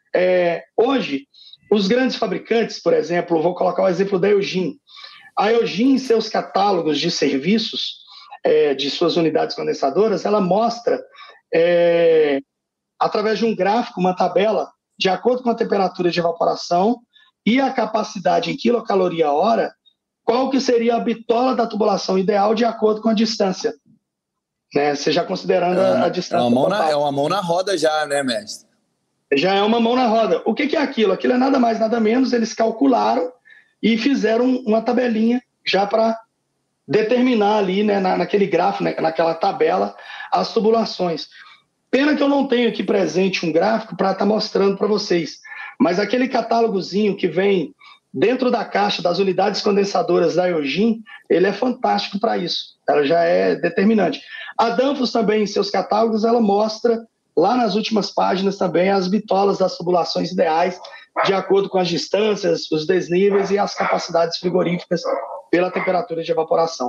É, hoje, os grandes fabricantes, por exemplo, vou colocar o exemplo da Eugene. A Eugene, em seus catálogos de serviços, é, de suas unidades condensadoras, ela mostra, é, através de um gráfico, uma tabela, de acordo com a temperatura de evaporação e a capacidade em quilocaloria hora, qual que seria a bitola da tubulação ideal de acordo com a distância. Né? Você já considerando é uma, a distância. É uma, mão na, é uma mão na roda já, né, mestre? Já é uma mão na roda. O que, que é aquilo? Aquilo é nada mais, nada menos, eles calcularam e fizeram uma tabelinha já para determinar ali, né, na, naquele gráfico, né, naquela tabela, as tubulações. Pena que eu não tenho aqui presente um gráfico para estar tá mostrando para vocês, mas aquele catálogozinho que vem dentro da caixa das unidades condensadoras da Eugene, ele é fantástico para isso. Ela já é determinante. A Danfoss também, em seus catálogos, ela mostra lá nas últimas páginas também as bitolas das tubulações ideais, de acordo com as distâncias, os desníveis e as capacidades frigoríficas pela temperatura de evaporação.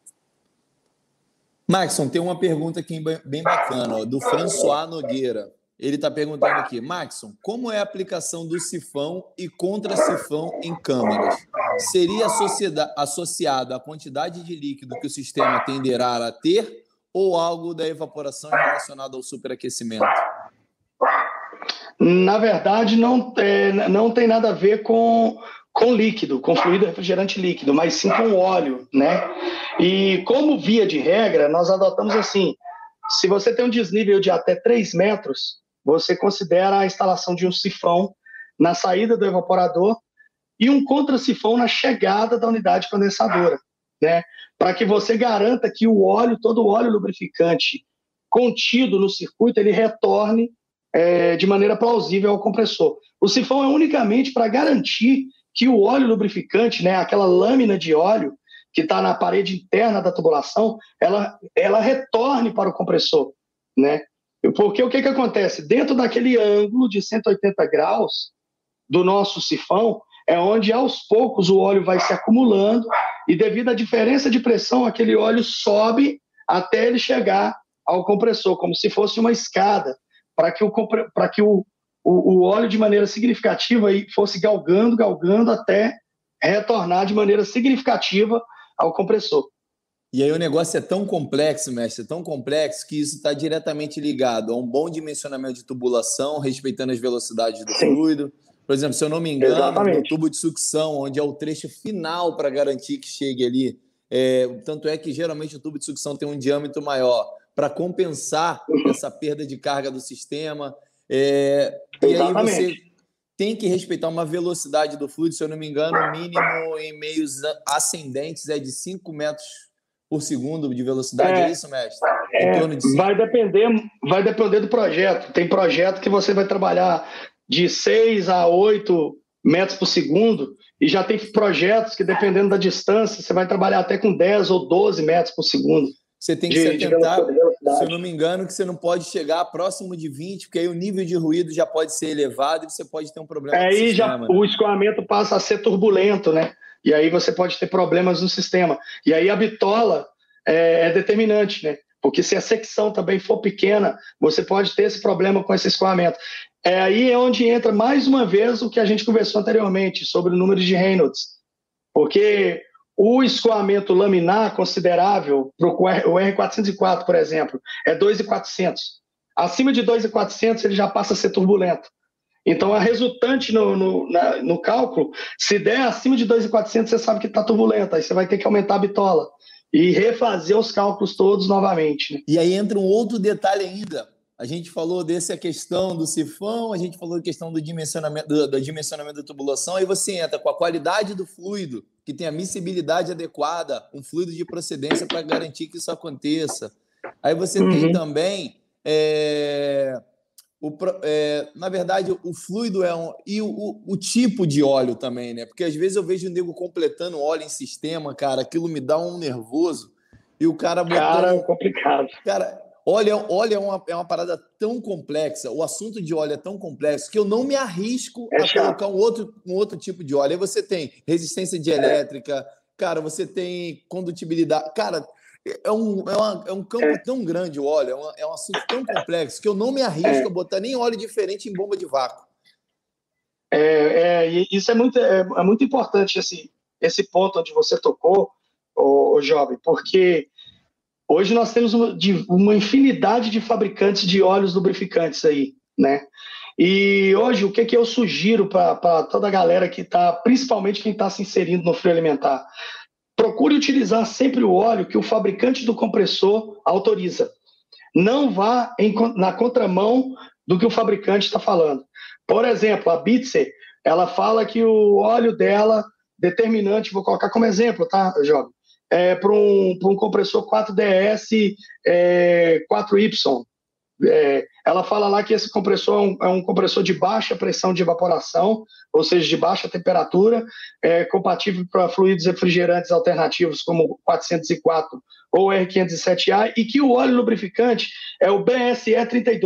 Maxson, tem uma pergunta aqui bem bacana, ó, do François Nogueira. Ele está perguntando aqui, Maxson, como é a aplicação do sifão e contra-sifão em câmaras? Seria associada à quantidade de líquido que o sistema tenderá a ter ou algo da evaporação relacionado ao superaquecimento? Na verdade, não, é, não tem nada a ver com, com líquido, com fluido refrigerante líquido, mas sim com óleo, né? E como via de regra, nós adotamos assim, se você tem um desnível de até três metros, você considera a instalação de um sifão na saída do evaporador e um contra-sifão na chegada da unidade condensadora, né? Para que você garanta que o óleo, todo o óleo lubrificante contido no circuito, ele retorne é, de maneira plausível ao compressor. O sifão é unicamente para garantir que o óleo lubrificante, né, aquela lâmina de óleo que está na parede interna da tubulação, ela, ela retorne para o compressor, né? Porque o que, que acontece? Dentro daquele ângulo de cento e oitenta graus do nosso sifão, é onde aos poucos o óleo vai se acumulando e devido à diferença de pressão, aquele óleo sobe até ele chegar ao compressor, como se fosse uma escada, para que, o, para que o, o, o óleo de maneira significativa fosse galgando, galgando até retornar de maneira significativa ao compressor. E aí o negócio é tão complexo, mestre, é tão complexo que isso está diretamente ligado a um bom dimensionamento de tubulação, respeitando as velocidades do Sim. fluido. Por exemplo, se eu não me engano, Exatamente. no tubo de sucção, onde é o trecho final para garantir que chegue ali, é, tanto é que geralmente o tubo de sucção tem um diâmetro maior para compensar uhum. essa perda de carga do sistema. É, e aí você tem que respeitar uma velocidade do fluido, se eu não me engano, o mínimo em meios ascendentes é de cinco metros por segundo de velocidade, é, é isso, mestre? Em é, torno de vai, depender, vai depender do projeto. Tem projeto que você vai trabalhar de seis a oito metros por segundo e já tem projetos que, dependendo da distância, você vai trabalhar até com dez ou doze metros por segundo. Você tem que de, se atentar, se eu não me engano, que você não pode chegar próximo de vinte, porque aí o nível de ruído já pode ser elevado e você pode ter um problema é, no aí sistema. Já, né? O escoamento passa a ser turbulento, né? E aí você pode ter problemas no sistema. E aí a bitola é, é determinante, né? Porque se a secção também for pequena, você pode ter esse problema com esse escoamento. É aí é onde entra mais uma vez o que a gente conversou anteriormente sobre o número de Reynolds. Porque o escoamento laminar considerável, o R quatrocentos e quatro, por exemplo, é dois mil e quatrocentos. Acima de dois mil e quatrocentos ele já passa a ser turbulento. Então, a resultante no, no, na, no cálculo, se der acima de dois mil e quatrocentos, você sabe que está turbulento. Aí você vai ter que aumentar a bitola e refazer os cálculos todos novamente. Né? E aí entra um outro detalhe ainda. A gente falou dessa questão do sifão, a gente falou da questão do dimensionamento, do, do dimensionamento da tubulação, aí você entra com a qualidade do fluido, que tem a miscibilidade adequada, um fluido de procedência para garantir que isso aconteça. Aí você uhum. tem também... É... O, é, na verdade, o fluido é um... E o, o, o tipo de óleo também, né? Porque às vezes eu vejo o nego completando óleo em sistema, cara, aquilo me dá um nervoso. E o cara botando... Cara, é complicado. Cara, óleo, óleo é, uma, é uma parada tão complexa, o assunto de óleo é tão complexo que eu não me arrisco é a chato. colocar um outro, um outro tipo de óleo. Aí você tem resistência dielétrica, é. cara, você tem condutibilidade... Cara... É um, é, uma, é um campo é. tão grande o óleo, é, uma, é um assunto tão complexo que eu não me arrisco é. a botar nem óleo diferente em bomba de vácuo. É, é, isso é muito, é, é muito importante, esse, esse ponto onde você tocou, ô, ô, jovem, porque hoje nós temos uma, de, uma infinidade de fabricantes de óleos lubrificantes aí, né? E hoje o que, que eu sugiro para toda a galera que está, principalmente quem está se inserindo no frio alimentar? Procure utilizar sempre o óleo que o fabricante do compressor autoriza. Não vá em, na contramão do que o fabricante está falando. Por exemplo, a Bitzer, ela fala que o óleo dela, determinante, vou colocar como exemplo, tá, jovem? É para um, para um compressor quatro D S é, quatro Y. É, ela fala lá que esse compressor é um, é um compressor de baixa pressão de evaporação, ou seja, de baixa temperatura, é, compatível para fluidos refrigerantes alternativos como quatrocentos e quatro ou R quinhentos e sete A, e que o óleo lubrificante é o B S E trinta e dois.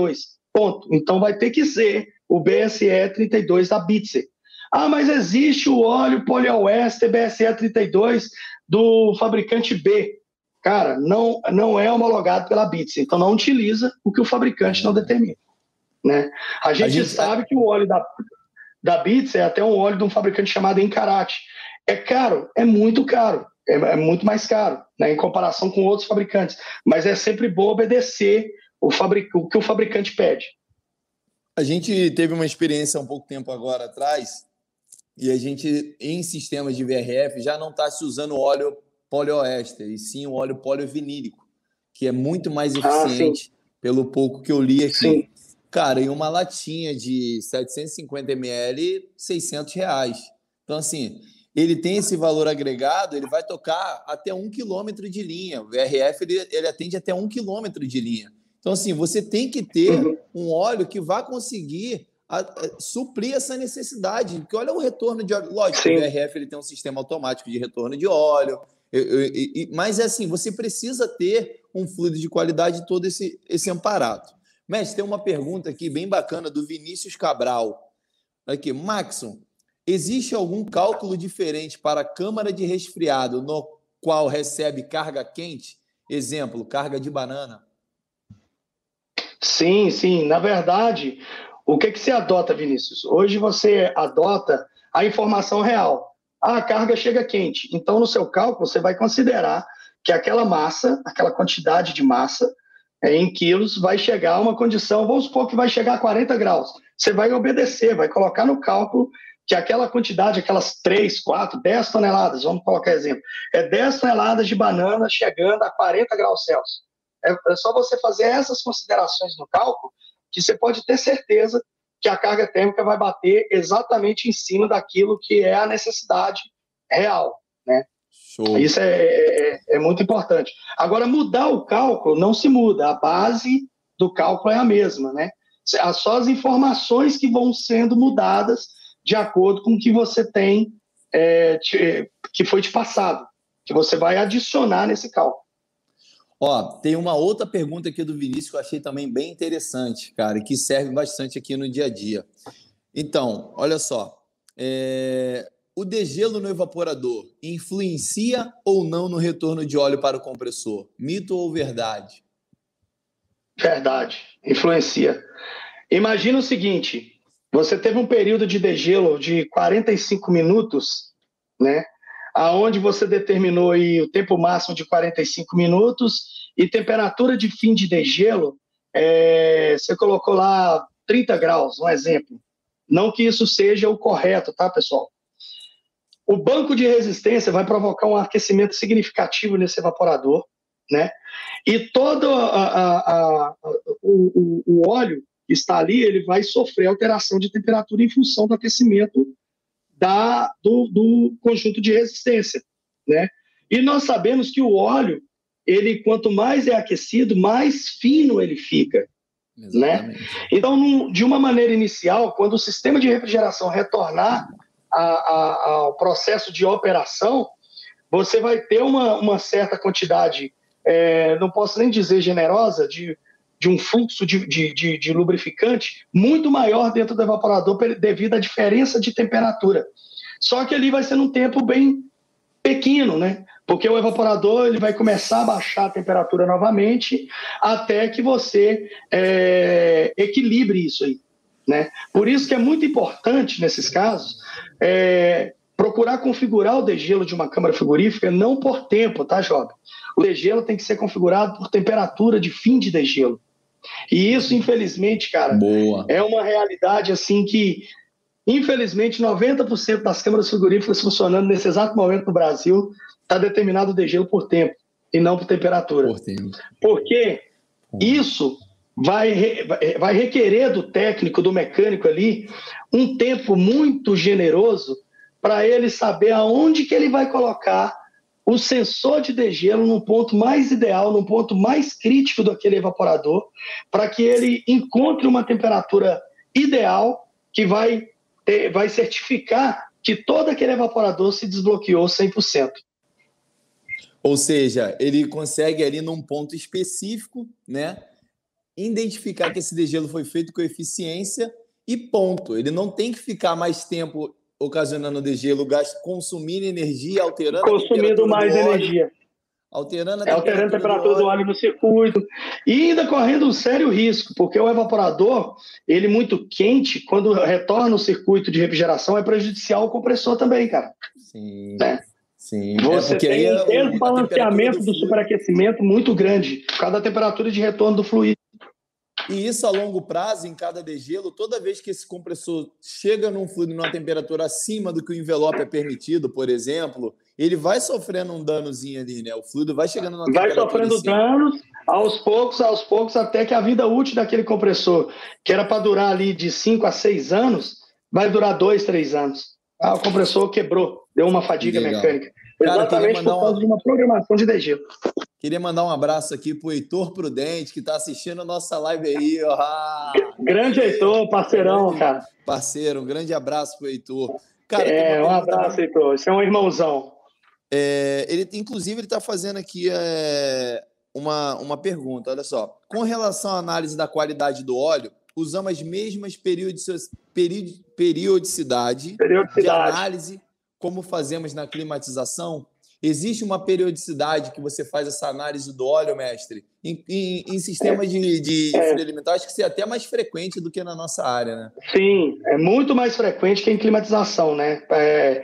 Ponto. Então vai ter que ser o B S E trinta e dois da Bitzer. Ah, mas existe o óleo poliéster B S E trinta e dois do fabricante B. Cara, não, não é homologado pela Bitzer, então não utiliza o que o fabricante não determina. Né? A gente, a gente sabe que o óleo da, da Bitzer é até um óleo de um fabricante chamado Encarate. É caro? É muito caro. É, é muito mais caro, né, em comparação com outros fabricantes. Mas é sempre bom obedecer o, fabric, o que o fabricante pede. A gente teve uma experiência há um pouco tempo agora atrás e a gente, em sistemas de V R F, já não está se usando óleo poliéster, e sim o óleo poliovinílico, que é muito mais eficiente, ah, pelo pouco que eu li aqui. Sim. Cara, em uma latinha de setecentos e cinquenta mililitros, seiscentos reais. Então, assim, ele tem esse valor agregado, ele vai tocar até um quilômetro de linha. O V R F, ele, ele atende até um quilômetro de linha. Então, assim, você tem que ter uhum. um óleo que vá conseguir a, a, suprir essa necessidade. Porque olha o retorno de óleo. Lógico, Sim. o V R F ele tem um sistema automático de retorno de óleo. Eu, eu, eu, mas, é assim, você precisa ter um fluido de qualidade todo esse, esse amparado. Mestre, tem uma pergunta aqui bem bacana do Vinícius Cabral. Aqui, Maxson, existe algum cálculo diferente para a câmara de resfriado no qual recebe carga quente? Exemplo, carga de banana. Sim, sim. Na verdade, o que, que você adota, Vinícius? Hoje você adota a informação real. Ah, a carga chega quente. Então, no seu cálculo, você vai considerar que aquela massa, aquela quantidade de massa, é, em quilos, vai chegar a uma condição, vamos supor que vai chegar a quarenta graus. Você vai obedecer, vai colocar no cálculo que aquela quantidade, aquelas três, quatro, dez toneladas, vamos colocar exemplo, é dez toneladas de banana chegando a quarenta graus Celsius. É, é só você fazer essas considerações no cálculo que você pode ter certeza que a carga térmica vai bater exatamente em cima daquilo que é a necessidade real, né? Show. Isso é, é, é muito importante. Agora, mudar o cálculo não se muda, a base do cálculo é a mesma, né? Só as informações que vão sendo mudadas de acordo com o que você tem, é, te, que foi te passado, que você vai adicionar nesse cálculo. Ó, tem uma outra pergunta aqui do Vinícius que eu achei também bem interessante, cara, e que serve bastante aqui no dia a dia. Então, olha só, é... o degelo no evaporador influencia ou não no retorno de óleo para o compressor? Mito ou verdade? Verdade, influencia. Imagina o seguinte, você teve um período de degelo de quarenta e cinco minutos, né? Aonde você determinou aí o tempo máximo de quarenta e cinco minutos e temperatura de fim de degelo, é, você colocou lá trinta graus, um exemplo. Não que isso seja o correto, tá, pessoal? O banco de resistência vai provocar um aquecimento significativo nesse evaporador, né? E todo a, a, a, o, o óleo que está ali, ele vai sofrer alteração de temperatura em função do aquecimento da, do, do conjunto de resistência, né? E nós sabemos que o óleo, ele quanto mais é aquecido, mais fino ele fica, né? Então, num, de uma maneira inicial, quando o sistema de refrigeração retornar a, a, ao processo de operação, você vai ter uma, uma certa quantidade, é, não posso nem dizer generosa, de, de um fluxo de, de, de, de lubrificante muito maior dentro do evaporador devido à diferença de temperatura. Só que ali vai ser num tempo bem pequeno, né? Porque o evaporador ele vai começar a baixar a temperatura novamente até que você é, equilibre isso aí, né? Por isso que é muito importante, nesses casos, é, procurar configurar o degelo de uma câmara frigorífica não por tempo, tá, Job? O degelo tem que ser configurado por temperatura de fim de degelo. E isso, infelizmente, cara, Boa. é uma realidade assim que, infelizmente, noventa por cento das câmaras frigoríficas funcionando nesse exato momento no Brasil está determinado o degelo por tempo e não por temperatura. Por tempo. Porque isso vai, vai requerer do técnico, do mecânico ali, um tempo muito generoso para ele saber aonde que ele vai colocar o sensor de degelo no ponto mais ideal, no ponto mais crítico daquele evaporador, para que ele encontre uma temperatura ideal que vai, ter, vai certificar que todo aquele evaporador se desbloqueou cem por cento. Ou seja, ele consegue ali num ponto específico, né, identificar que esse degelo foi feito com eficiência e ponto. Ele não tem que ficar mais tempo ocasionando degelo, gasto, consumindo energia, alterando consumindo a mais do óleo, energia. Alterando a é, temperatura, alterando a temperatura do, do óleo no circuito. E ainda correndo um sério risco, porque o evaporador, ele muito quente, quando retorna o circuito de refrigeração, é prejudicial ao compressor também, cara. Sim, né? sim. Você é tem um aí, desbalanceamento do, do superaquecimento muito grande, por causa da temperatura de retorno do fluido. E isso a longo prazo, em cada degelo, toda vez que esse compressor chega num fluido numa temperatura acima do que o envelope é permitido, por exemplo, ele vai sofrendo um danozinho ali, né? O fluido vai chegando numa vai temperatura sofrendo danos aos poucos, aos poucos, até que a vida útil daquele compressor, que era para durar ali de cinco a seis anos, vai durar dois, três anos. Ah, o compressor quebrou, deu uma fadiga Legal. mecânica. Cara, Exatamente por causa uma... de uma programação de degelo. Queria mandar um abraço aqui pro Heitor Prudente, que está assistindo a nossa live aí. Ah, grande Heitor, parceirão, grande cara. Parceiro, um grande abraço pro Heitor. Cara, é, um abraço, também. Heitor. Você é um irmãozão. É, ele, inclusive, ele está fazendo aqui é, uma, uma pergunta. Olha só. Com relação à análise da qualidade do óleo, usamos as mesmas periodicidade, periodicidade, periodicidade de análise como fazemos na climatização? Existe uma periodicidade que você faz essa análise do óleo, mestre? Em, em, em sistemas de, de é. frio alimentar, acho que é até mais frequente do que na nossa área, né? Sim, é muito mais frequente que em climatização, né? É,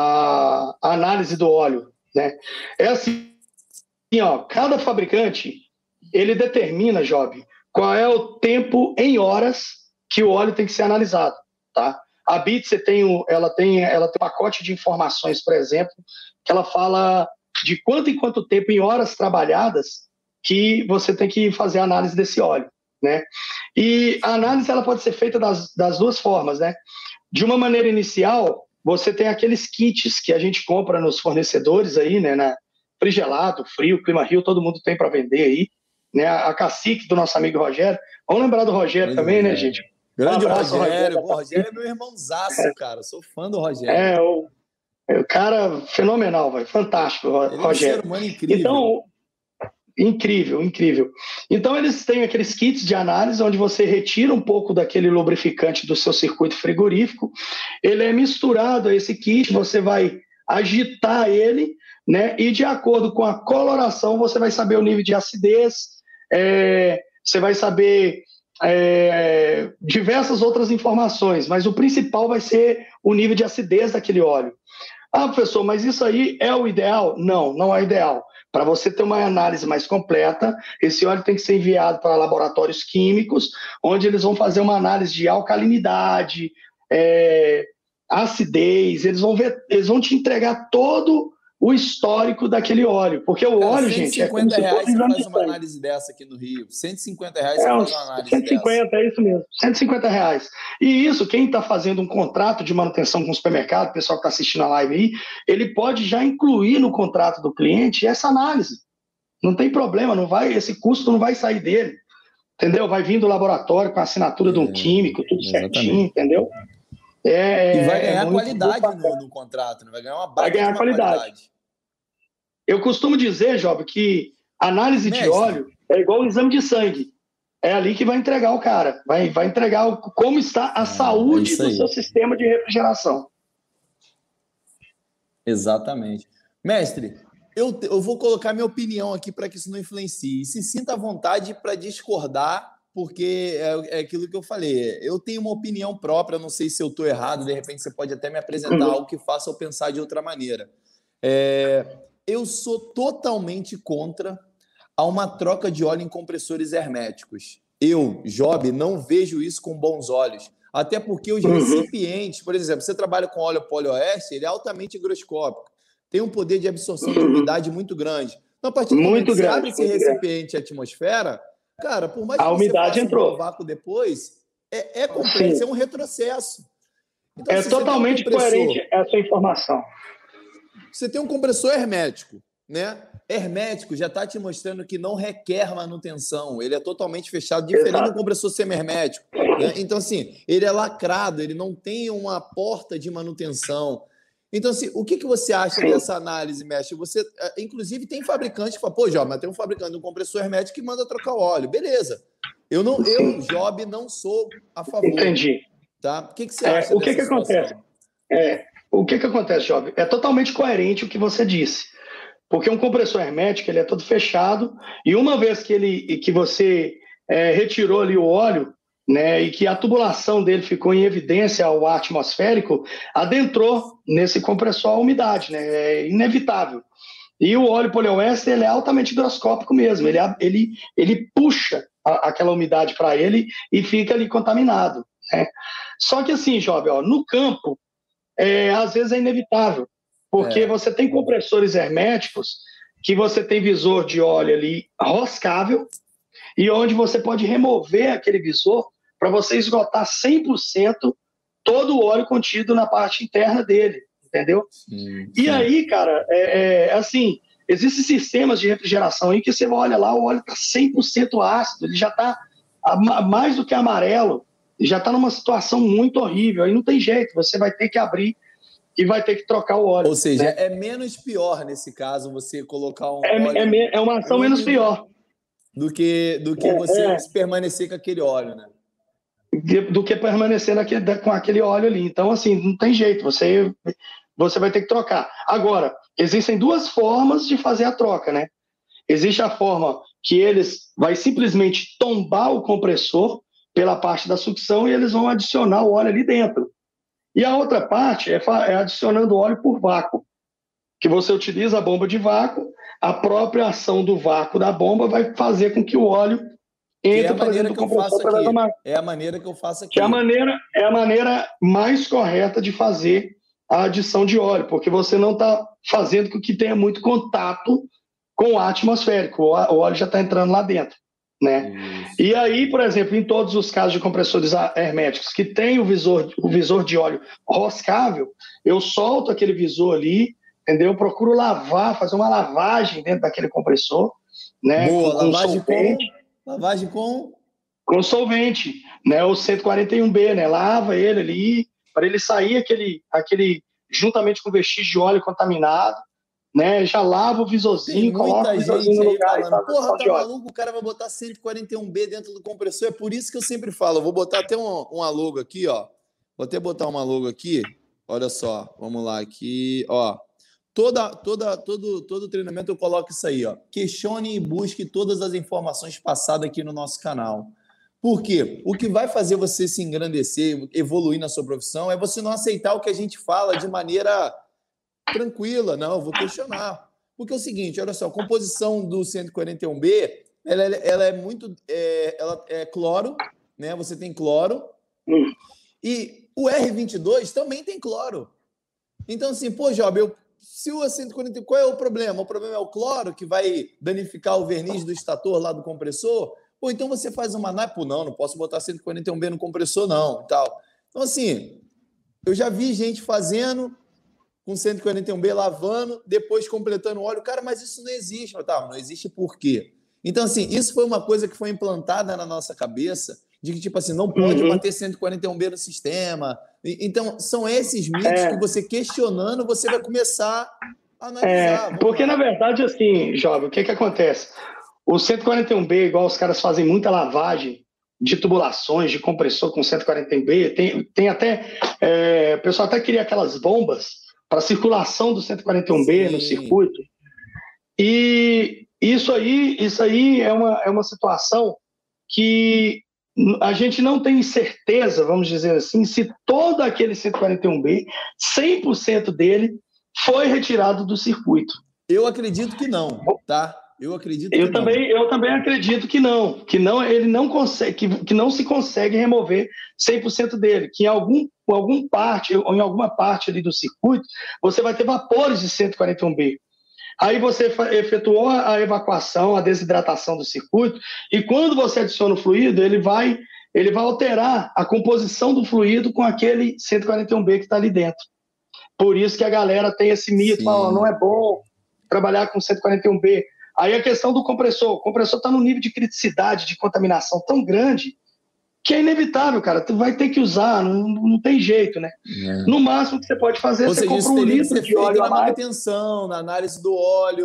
a, a análise do óleo, né? É assim, ó, cada fabricante, ele determina, Job, qual é o tempo em horas que o óleo tem que ser analisado, tá? A B I T, você tem, ela tem, ela tem um pacote de informações, por exemplo, que ela fala de quanto em quanto tempo, em horas trabalhadas, que você tem que fazer a análise desse óleo, né? E a análise ela pode ser feita das, das duas formas, né? De uma maneira inicial, você tem aqueles kits que a gente compra nos fornecedores aí, né? Na Frigelado, Frio, Clima Rio, todo mundo tem para vender aí, né? A Cacique do nosso amigo Rogério. Vamos lembrar do Rogério Grande também, Rogério. né, gente? Grande um abraço, Rogério. Rogério. O Rogério é meu irmãozaço, é. cara. Sou fã do Rogério. É, o, é, o cara fenomenal, véio. Fantástico, Ele Rogério. É um ser humano incrível. Então, incrível, incrível. Então, eles têm aqueles kits de análise onde você retira um pouco daquele lubrificante do seu circuito frigorífico. Ele é misturado a esse kit, você vai agitar ele, né? E de acordo com a coloração, você vai saber o nível de acidez, é, você vai saber é, diversas outras informações, mas o principal vai ser o nível de acidez daquele óleo. Ah, professor, mas isso aí é o ideal? Não, não é ideal. Para você ter uma análise mais completa, esse óleo tem que ser enviado para laboratórios químicos, onde eles vão fazer uma análise de alcalinidade, é, acidez, eles vão ver, eles vão te entregar todo o histórico daquele óleo, porque o Cara, óleo, gente, é como se reais fosse você faz uma análise dessa aqui no Rio. cento e cinquenta reais é, você faz uma análise cento e cinquenta, dessa. é isso mesmo. cento e cinquenta reais. E isso, quem está fazendo um contrato de manutenção com o supermercado, o pessoal que está assistindo a live aí, ele pode já incluir no contrato do cliente essa análise. Não tem problema, não vai, esse custo não vai sair dele. Entendeu? Vai vir do laboratório com a assinatura é, de um químico, tudo exatamente. Certinho, entendeu? É, e vai ganhar é qualidade no, no contrato, né? Vai ganhar uma baita vai ganhar qualidade. qualidade. Eu costumo dizer, Job, que análise Mestre. de óleo é igual um exame de sangue. É ali que vai entregar o cara. Vai, vai entregar o, como está a é, saúde é do seu sistema de refrigeração. Exatamente. Mestre, eu, eu vou colocar minha opinião aqui para que isso não influencie. E se sinta à vontade para discordar, porque é, é aquilo que eu falei. Eu tenho uma opinião própria, não sei se eu estou errado, de repente você pode até me apresentar uhum. algo que faça eu pensar de outra maneira. É... Eu sou totalmente contra a uma troca de óleo em compressores herméticos. Eu, Job, não vejo isso com bons olhos. Até porque os uhum. recipientes, por exemplo, você trabalha com óleo polioeste, ele é altamente higroscópico. Tem um poder de absorção uhum. de umidade muito grande. Então, a partir do muito momento que você abre esse recipiente à atmosfera, cara, por mais que a você umidade faça entrou. um vácuo depois, é, é complexo, é um retrocesso. Então, é totalmente um coerente essa informação. Você tem um compressor hermético, né? Hermético já está te mostrando que não requer manutenção. Ele é totalmente fechado, diferente Exato. do compressor semi-hermético. Né? Então, assim, ele é lacrado, ele não tem uma porta de manutenção. Então, assim, o que, que você acha Sim. dessa análise, mestre? Você, inclusive, tem fabricante que fala, pô, Jó, mas tem um fabricante de um compressor hermético que manda trocar o óleo. Beleza. Eu, não, eu Job, não sou a favor. Entendi. Tá? O que, que você acha é, O que, que situação? acontece? É, o que, que acontece, Job? É totalmente coerente o que você disse. Porque um compressor hermético, ele é todo fechado, e uma vez que, ele, que você é, retirou ali o óleo, né, e que a tubulação dele ficou em evidência ao ar atmosférico, adentrou nesse compressor a umidade, né, é inevitável. E o óleo poliéster, ele é altamente higroscópico mesmo, ele, ele, ele puxa a, aquela umidade para ele e fica ali contaminado, né? Só que assim, Job, ó, no campo, é, às vezes é inevitável, porque é. você tem compressores herméticos que você tem visor de óleo ali roscável e onde você pode remover aquele visor para você esgotar cem por cento todo o óleo contido na parte interna dele, entendeu? Sim, sim. E aí, cara, é, é, assim, existem sistemas de refrigeração aí que você olha lá, o óleo está cem por cento ácido, ele já está mais do que amarelo, já está numa situação muito horrível, aí não tem jeito, você vai ter que abrir e vai ter que trocar o óleo. Ou seja, né? é menos pior nesse caso você colocar um é, óleo... É, é uma ação menos pior. Do que, do que é, você é. permanecer com aquele óleo, né? Do que permanecer naquele, com aquele óleo ali. Então, assim, não tem jeito, você, você vai ter que trocar. Agora, existem duas formas de fazer a troca, né? Existe a forma que eles vai simplesmente tombar o compressor pela parte da sucção e eles vão adicionar o óleo ali dentro. E a outra parte é, é adicionando óleo por vácuo, que você utiliza a bomba de vácuo, a própria ação do vácuo da bomba vai fazer com que o óleo entre para dentro do compressor. É a maneira que eu faço aqui. Que é a maneira, é a maneira mais correta de fazer a adição de óleo, porque você não está fazendo com que tenha muito contato com o ar atmosférico, o óleo já está entrando lá dentro. Né? E aí, por exemplo, em todos os casos de compressores herméticos que tem o visor, o visor de óleo roscável, eu solto aquele visor ali, entendeu? Eu procuro lavar, fazer uma lavagem dentro daquele compressor, né? Boa, com, lavagem com solvente, com lavagem com com solvente, né? O cento e quarenta e um B, né? Lava ele ali para ele sair aquele, aquele juntamente com o vestígio de óleo contaminado. Né, já lava o visorzinho, coloca o visorzinho no lugar. Falando, e porra, tá maluco, o cara vai botar cento e quarenta e um B dentro do compressor. É por isso que eu sempre falo, eu vou botar até um, uma logo aqui, ó. Vou até botar uma logo aqui. Olha só, vamos lá aqui, ó. Toda, toda, todo, todo treinamento eu coloco isso aí, ó. Questione e busque todas as informações passadas aqui no nosso canal. Por quê? O que vai fazer você se engrandecer, evoluir na sua profissão, é você não aceitar o que a gente fala de maneira tranquila, não, eu vou questionar. Porque é o seguinte, olha só, a composição do cento e quarenta e um B, ela, ela é muito, é, ela é cloro, né? Você tem cloro, hum. e o R vinte e dois também tem cloro. Então, assim, pô, Job, eu, se o cento e quarenta, qual é o problema? O problema é o cloro, que vai danificar o verniz do estator lá do compressor? Ou então você faz uma análise, pô, não, não posso botar cento e quarenta e um B no compressor, não, e tal. Então, assim, eu já vi gente fazendo com cento e quarenta e um B lavando, depois completando o óleo. Cara, mas isso não existe. Tá, não existe por quê? Então, assim, isso foi uma coisa que foi implantada na nossa cabeça, de que, tipo assim, não pode uhum. bater cento e quarenta e um B no sistema. Então, são esses mitos é. que você questionando, você vai começar a analisar. É, porque, lá. na verdade, assim, Jovem, o que que acontece? O cento e quarenta e um B, igual os caras fazem muita lavagem de tubulações, de compressor com cento e quarenta e um B, tem, tem até... É, o pessoal até queria aquelas bombas para a circulação do cento e quarenta e um B Sim. no circuito. E isso aí, isso aí é, uma, é uma situação que a gente não tem certeza, vamos dizer assim, se todo aquele cento e quarenta e um B, cem por cento dele, foi retirado do circuito. Eu acredito que não, tá? Eu acredito eu que também, não. Eu também acredito que não, que não, ele não consegue, que, que não se consegue remover cem por cento dele, que em algum, algum parte, ou em alguma parte ali do circuito, você vai ter vapores de cento e quarenta e um B. Aí você efetuou a evacuação, a desidratação do circuito, e quando você adiciona o fluido, ele vai, ele vai alterar a composição do fluido com aquele cento e quarenta e um B que está ali dentro. Por isso que a galera tem esse mito, fala, não é bom trabalhar com cento e quarenta e um B. Aí a questão do compressor. O compressor está num nível de criticidade, de contaminação tão grande que é inevitável, cara. Tu vai ter que usar, não, não tem jeito, né? É. No máximo que você pode fazer, Ou você seja, compra um litro de óleo na a mais. manutenção, na análise do óleo,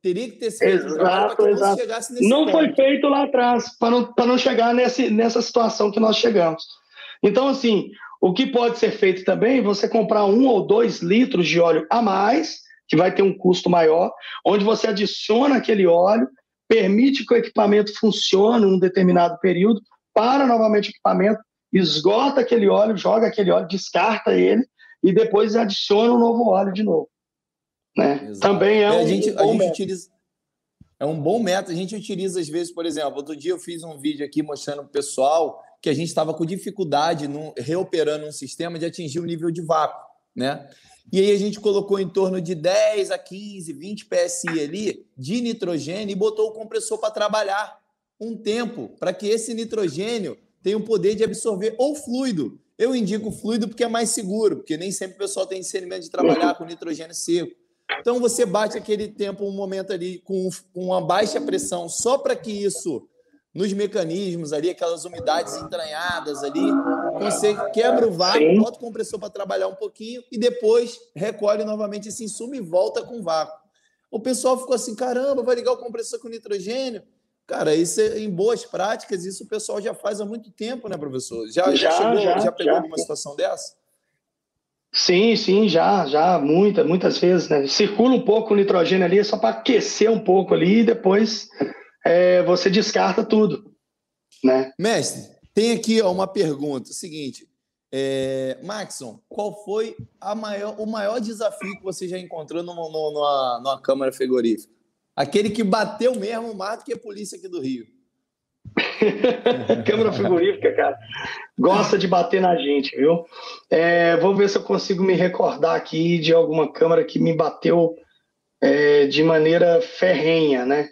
Teria que ter sido exato, um trabalho para que exato. não chegasse nesse Não ponto. foi feito lá atrás, para não, para não chegar nesse, nessa situação que nós chegamos. Então, assim, o que pode ser feito também, você comprar um ou dois litros de óleo a mais, que vai ter um custo maior, onde você adiciona aquele óleo, permite que o equipamento funcione um determinado período, para novamente o equipamento, esgota aquele óleo, joga aquele óleo, descarta ele, e depois adiciona um novo óleo de novo. Né? Também é, é um, a gente, um bom a gente método. utiliza, é um bom método. A gente utiliza, às vezes, por exemplo, outro dia eu fiz um vídeo aqui mostrando para o pessoal que a gente estava com dificuldade no, reoperando um sistema de atingir o nível de vácuo, né? E aí a gente colocou em torno de dez a quinze, vinte P S I ali de nitrogênio e botou o compressor para trabalhar um tempo para que esse nitrogênio tenha o poder de absorver ou fluido. Eu indico fluido porque é mais seguro, porque nem sempre o pessoal tem discernimento de trabalhar com nitrogênio seco. Então, você bate aquele tempo, um momento ali, com, com uma baixa pressão, só para que isso, nos mecanismos ali, aquelas umidades entranhadas ali, você quebra o vácuo, Sim. bota o compressor para trabalhar um pouquinho e depois recolhe novamente esse insumo e volta com vácuo. O pessoal ficou assim, caramba, vai ligar o compressor com nitrogênio? Cara, isso é, em boas práticas, isso o pessoal já faz há muito tempo, né, professor? Já, já, Já, chegou, já, já pegou já. alguma situação dessa? Sim, sim, já, já, muita, muitas vezes, né? Circula um pouco o nitrogênio ali, só para aquecer um pouco ali e depois é, você descarta tudo, né? Mestre, tem aqui ó, uma pergunta, o seguinte, é, Maxson, qual foi a maior, o maior desafio que você já encontrou numa, numa, numa câmara frigorífica? Aquele que bateu mesmo mais do que a polícia aqui do Rio. Câmara frigorífica, cara, gosta de bater na gente, viu? É, vou ver se eu consigo me recordar aqui de alguma câmara que me bateu é, de maneira ferrenha, né?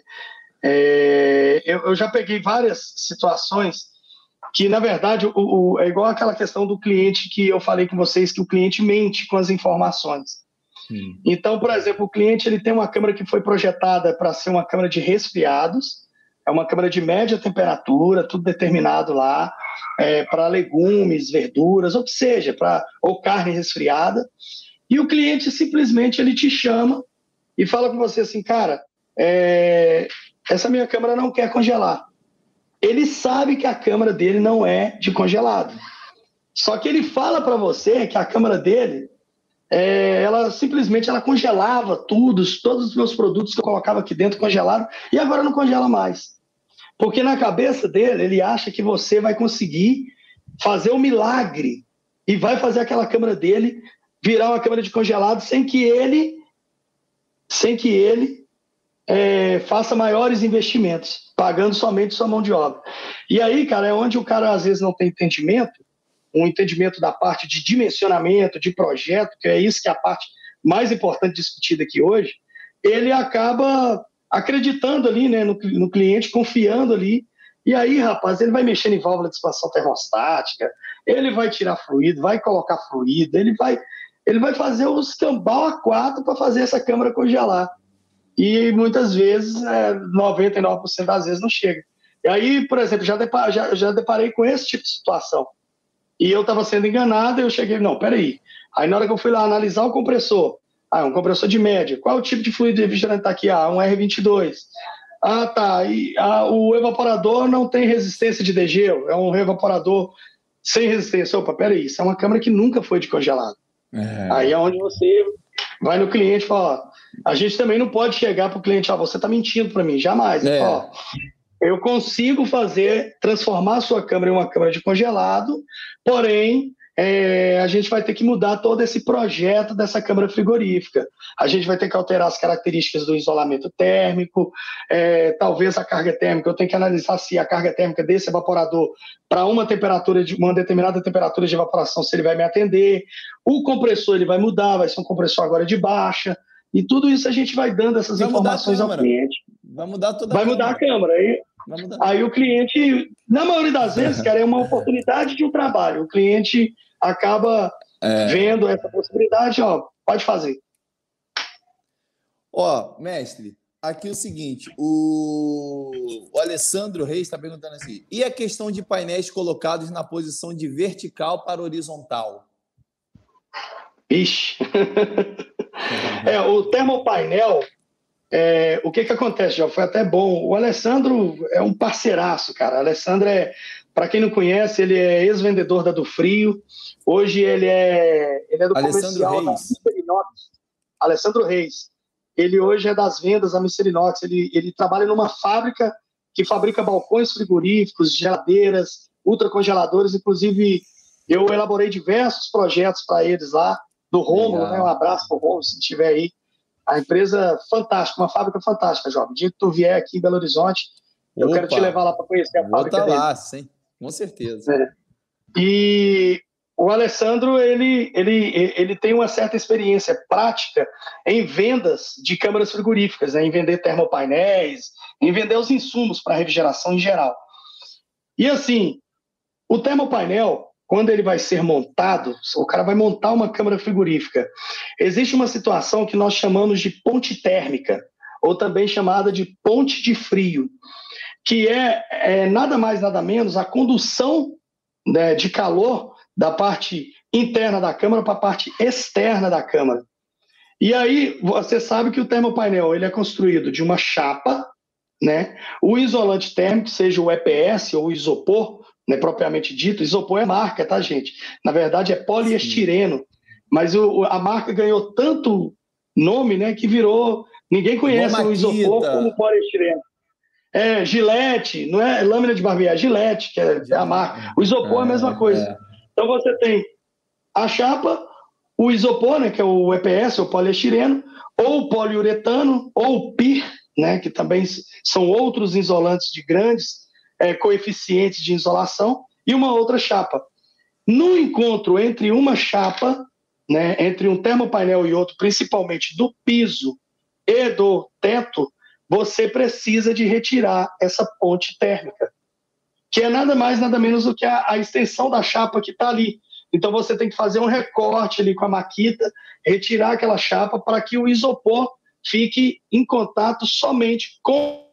É, eu, eu já peguei várias situações que, na verdade, o, o, é igual aquela questão do cliente que eu falei com vocês, que o cliente mente com as informações. Hum. Então, por exemplo, o cliente ele tem uma câmara que foi projetada para ser uma câmara de resfriados, é uma câmara de média temperatura, tudo determinado lá, é, para legumes, verduras, ou que seja, pra, ou carne resfriada, e o cliente simplesmente ele te chama e fala com você assim, cara, é, essa minha câmara não quer congelar. Ele sabe que a câmara dele não é de congelado, só que ele fala para você que a câmara dele, é, ela simplesmente ela congelava tudo, todos os meus produtos que eu colocava aqui dentro congelaram, e agora não congela mais. Porque na cabeça dele, ele acha que você vai conseguir fazer um milagre e vai fazer aquela câmara dele virar uma câmara de congelado sem que ele, sem que ele é, faça maiores investimentos, pagando somente sua mão de obra. E aí, cara, é onde o cara às vezes não tem entendimento, um entendimento da parte de dimensionamento, de projeto, que é isso que é a parte mais importante discutida aqui hoje, ele acaba acreditando ali, né, no, no cliente, confiando ali, e aí, rapaz, ele vai mexendo em válvula de expansão termostática, ele vai tirar fluido, vai colocar fluido, ele vai, ele vai fazer o escambau a quatro para fazer essa câmara congelar. E muitas vezes, é, noventa e nove por cento das vezes não chega. E aí, por exemplo, já, depa, já, já deparei com esse tipo de situação. E eu estava sendo enganado, e eu cheguei, não, peraí. Aí na hora que eu fui lá analisar o compressor, ah, é um compressor de média. Qual é o tipo de fluido de refrigerante está aqui? Ah, um R vinte e dois. Ah, tá. E, ah, o evaporador não tem resistência de degelo. É um evaporador sem resistência. Opa, peraí, isso é uma câmara que nunca foi de congelado. É. Aí é onde você vai no cliente e fala, ó, a gente também não pode chegar para o cliente, ó, você está mentindo para mim, jamais. É. Ó, eu consigo fazer, transformar a sua câmara em uma câmara de congelado, porém, é, a gente vai ter que mudar todo esse projeto dessa câmara frigorífica. A gente vai ter que alterar as características do isolamento térmico, é, talvez a carga térmica, eu tenho que analisar se a carga térmica desse evaporador para uma temperatura, de uma determinada temperatura de evaporação, se ele vai me atender. O compressor ele vai mudar, vai ser um compressor agora de baixa, e tudo isso a gente vai dando essas vai informações ao cliente. Vai mudar toda Vai mudar a câmara. Aí, aí o cliente, na maioria das vezes, cara, é uma oportunidade de um trabalho. O cliente acaba é. vendo essa possibilidade, ó, pode fazer. Ó, mestre, aqui é o seguinte, o, o Alessandro Reis está perguntando assim, e a questão de painéis colocados na posição de vertical para horizontal? Ixi. é, o termopainel, é, o que que acontece, já foi até bom. O Alessandro é um parceiraço, cara. O Alessandro é, para quem não conhece, ele é ex-vendedor da Do Frio. Hoje ele é, ele é do Alessandro comercial Reis. da Mister Inox. Alessandro Reis. Ele hoje é das vendas da Mister Inox. Ele, ele trabalha numa fábrica que fabrica balcões frigoríficos, geladeiras, ultracongeladores. Inclusive, eu elaborei diversos projetos para eles lá, do Rômulo, né? Um abraço para o Rômulo, se estiver aí. A empresa fantástica, uma fábrica fantástica, jovem. O dia que tu vier aqui em Belo Horizonte, eu Opa, quero te levar lá para conhecer a vou fábrica tá dele. lá, sim, com certeza. É. E o Alessandro, ele, ele, ele tem uma certa experiência prática em vendas de câmaras frigoríficas, né? Em vender termopainéis, em vender os insumos para refrigeração em geral. E assim, o termopainel, quando ele vai ser montado, o cara vai montar uma câmara frigorífica, existe uma situação que nós chamamos de ponte térmica, ou também chamada de ponte de frio, que é, é nada mais, nada menos a condução, né, de calor da parte interna da câmara para a parte externa da câmara. E aí, você sabe que o termopainel ele é construído de uma chapa, né? O isolante térmico, seja o E P S ou o isopor, né, propriamente dito, isopor é marca, tá, gente? Na verdade é poliestireno, sim, mas o, a marca ganhou tanto nome, né, que virou, ninguém conhece o isopor como poliestireno. É, Gillette, não é lâmina de barbear, Gillette, que é, é a marca. O isopor é a mesma coisa. É. Então você tem a chapa, o isopor, né, que é o E P S, o poliestireno, ou o poliuretano, ou o P I R, né, que também são outros isolantes de grandes é, coeficientes de isolação, e uma outra chapa. No encontro entre uma chapa, né, entre um termopainel e outro, principalmente do piso e do teto, você precisa de retirar essa ponte térmica, que é nada mais, nada menos do que a, a extensão da chapa que está ali. Então você tem que fazer um recorte ali com a maquita, retirar aquela chapa para que o isopor fique em contato somente com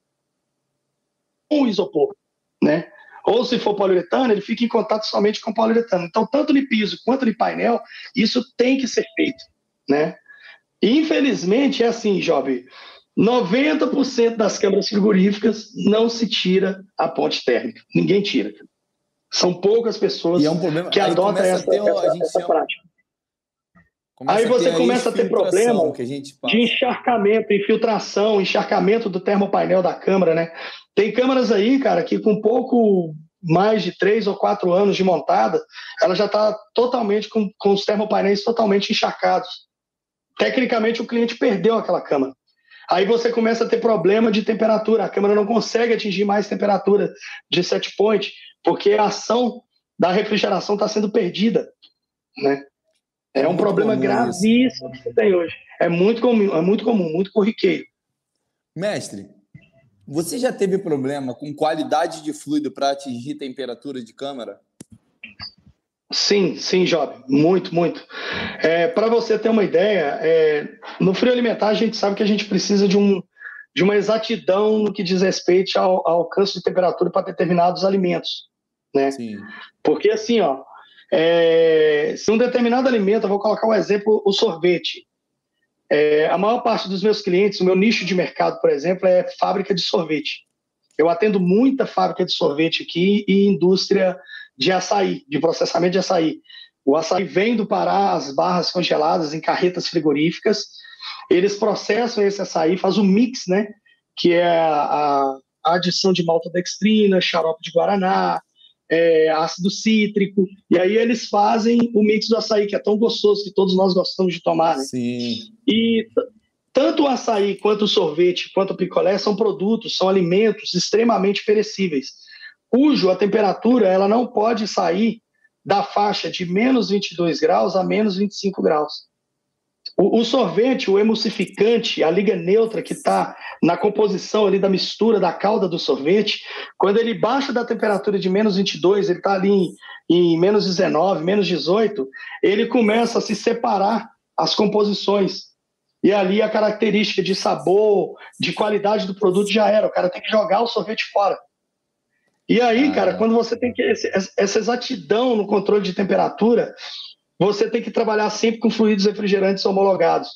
o isopor, né? Ou se for poliuretano, ele fica em contato somente com o poliuretano. Então, tanto no piso quanto no painel, isso tem que ser feito, né? E, infelizmente, é assim, Job, noventa por cento das câmaras frigoríficas não se tira a ponte térmica. Ninguém tira. São poucas pessoas é um problema, que adotam essa, ter, essa, essa chama... prática. Começa aí você a começa a ter problema que a gente de encharcamento, infiltração, encharcamento do termopainel da câmara, né? Tem câmaras aí, cara, que com pouco mais de três ou quatro anos de montada, ela já está totalmente com, com os termopainéis totalmente encharcados. Tecnicamente, o cliente perdeu aquela câmara. Aí você começa a ter problema de temperatura, a câmara não consegue atingir mais temperatura de set point, porque a ação da refrigeração está sendo perdida, né? É um problema gravíssimo que você tem hoje. É muito comum, é muito comum, muito corriqueiro. Mestre, você já teve problema com qualidade de fluido para atingir temperatura de câmara? Sim, sim, Job. Muito, muito. É, para você ter uma ideia, é, no frio alimentar a gente sabe que a gente precisa de, um, de uma exatidão no que diz respeito ao, ao alcance de temperatura para determinados alimentos, né? Sim. Porque assim, ó, É, se um determinado alimento, eu vou colocar um exemplo, o sorvete. É, a maior parte dos meus clientes, o meu nicho de mercado, por exemplo, é fábrica de sorvete. Eu atendo muita fábrica de sorvete aqui e indústria de açaí, de processamento de açaí. O açaí vem do Pará, as barras congeladas em carretas frigoríficas, eles processam esse açaí, fazem o mix, né, que é a, a adição de maltodextrina, xarope de guaraná, É, ácido cítrico, e aí eles fazem o mix do açaí, que é tão gostoso, que todos nós gostamos de tomar, né? Sim. E t- tanto o açaí, quanto o sorvete, quanto o picolé são produtos, são alimentos extremamente perecíveis, cujo a temperatura ela não pode sair da faixa de menos vinte e dois graus a menos vinte e cinco graus. O, o sorvete, o emulsificante, a liga neutra que está na composição ali da mistura da calda do sorvete, quando ele baixa da temperatura de menos vinte e dois, ele está ali em, em menos dezenove, menos dezoito, ele começa a se separar as composições. E ali a característica de sabor, de qualidade do produto já era. O cara tem que jogar o sorvete fora. E aí, ah. cara, quando você tem que, esse, essa exatidão no controle de temperatura, você tem que trabalhar sempre com fluidos refrigerantes homologados.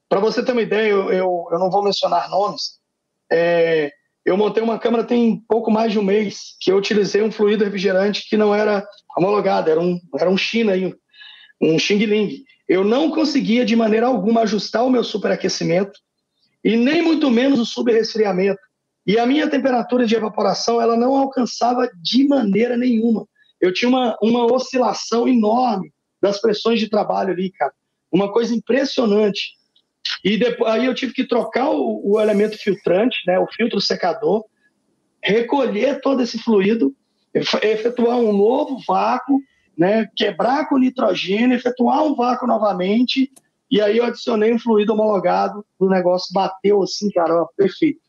Para você ter uma ideia, eu, eu, eu não vou mencionar nomes, é, eu montei uma câmara tem pouco mais de um mês, que eu utilizei um fluido refrigerante que não era homologado, era um, era um China, um Xing Ling. Eu não conseguia de maneira alguma ajustar o meu superaquecimento e nem muito menos o subresfriamento. E a minha temperatura de evaporação ela não alcançava de maneira nenhuma. Eu tinha uma, uma oscilação enorme das pressões de trabalho ali, cara. Uma coisa impressionante. E depois, aí eu tive que trocar o, o elemento filtrante, né, o filtro secador, recolher todo esse fluido, efetuar um novo vácuo, né, quebrar com nitrogênio, efetuar um vácuo novamente, e aí eu adicionei um fluido homologado, o negócio bateu assim, cara, ó, perfeito.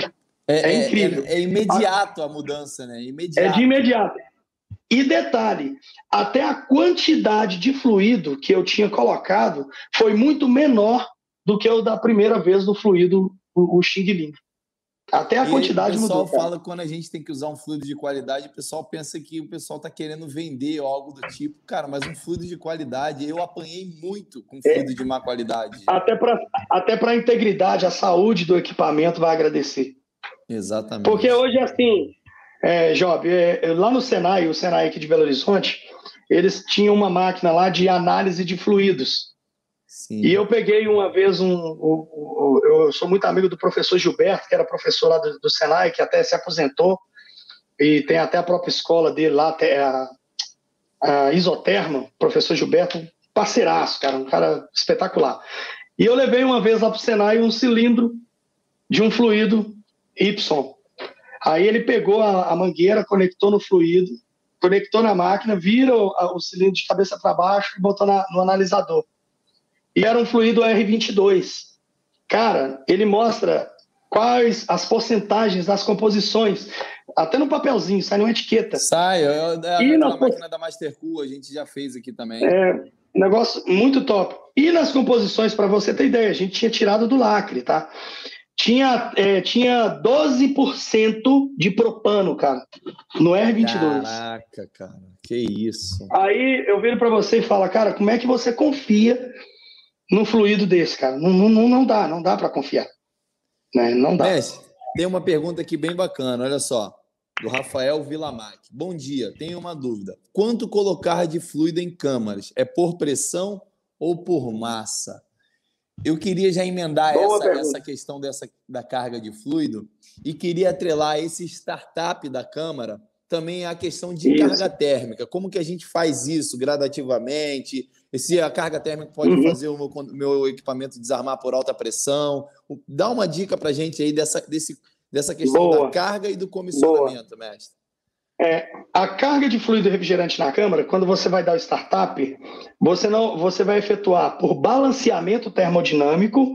É, é incrível. É, é imediato a mudança, né? Imediato. É de imediato. E detalhe, até a quantidade de fluido que eu tinha colocado foi muito menor do que o da primeira vez do fluido, o, o Xing Ling. Até a e quantidade mudou. O pessoal mudou, fala que quando a gente tem que usar um fluido de qualidade, o pessoal pensa que o pessoal está querendo vender ou algo do tipo. Cara, mas um fluido de qualidade, eu apanhei muito com fluido é, de má qualidade. Até para até para a integridade, a saúde do equipamento vai agradecer. Exatamente. Porque hoje, assim, é, Job, é, lá no Senai, o Senai aqui de Belo Horizonte, eles tinham uma máquina lá de análise de fluidos. Sim. E eu peguei uma vez um, um, um... Eu sou muito amigo do professor Gilberto, que era professor lá do, do Senai, que até se aposentou, e tem até a própria escola dele lá, até a, a Isoterma, professor Gilberto, parceiraço, cara, um cara espetacular. E eu levei uma vez lá para o Senai um cilindro de um fluido Y. Aí ele pegou a, a mangueira, conectou no fluido, conectou na máquina, vira o, a, o cilindro de cabeça para baixo e botou na, no analisador. E era um fluido R vinte e dois. Cara, ele mostra quais as porcentagens das composições, até no papelzinho, sai numa etiqueta. Sai, é, é e na nas... máquina da Mastercool, a gente já fez aqui também. É, negócio muito top. E nas composições, para você ter ideia, a gente tinha tirado do lacre, tá? Tinha, é, tinha doze por cento de propano, cara, no R vinte e dois. Caraca, cara, que isso. Aí eu viro para você e falo, cara, como é que você confia num fluido desse, cara? Não, não, não dá, não dá para confiar. Né? Não dá. Mestre, tem uma pergunta aqui bem bacana, olha só, do Rafael Villamac. Bom dia, tenho uma dúvida. Quanto colocar de fluido em câmaras? É por pressão ou por massa? Eu queria já emendar essa, essa questão dessa, da carga de fluido e queria atrelar esse startup da câmara também a questão de isso. Carga térmica. Como que a gente faz isso gradativamente? Se a carga térmica pode uhum. fazer o meu, meu equipamento desarmar por alta pressão? Dá uma dica para a gente aí dessa, desse, dessa questão Boa. Da carga e do comissionamento, Boa. Mestre. É, a carga de fluido refrigerante na câmara, quando você vai dar o startup, você, não, você vai efetuar por balanceamento termodinâmico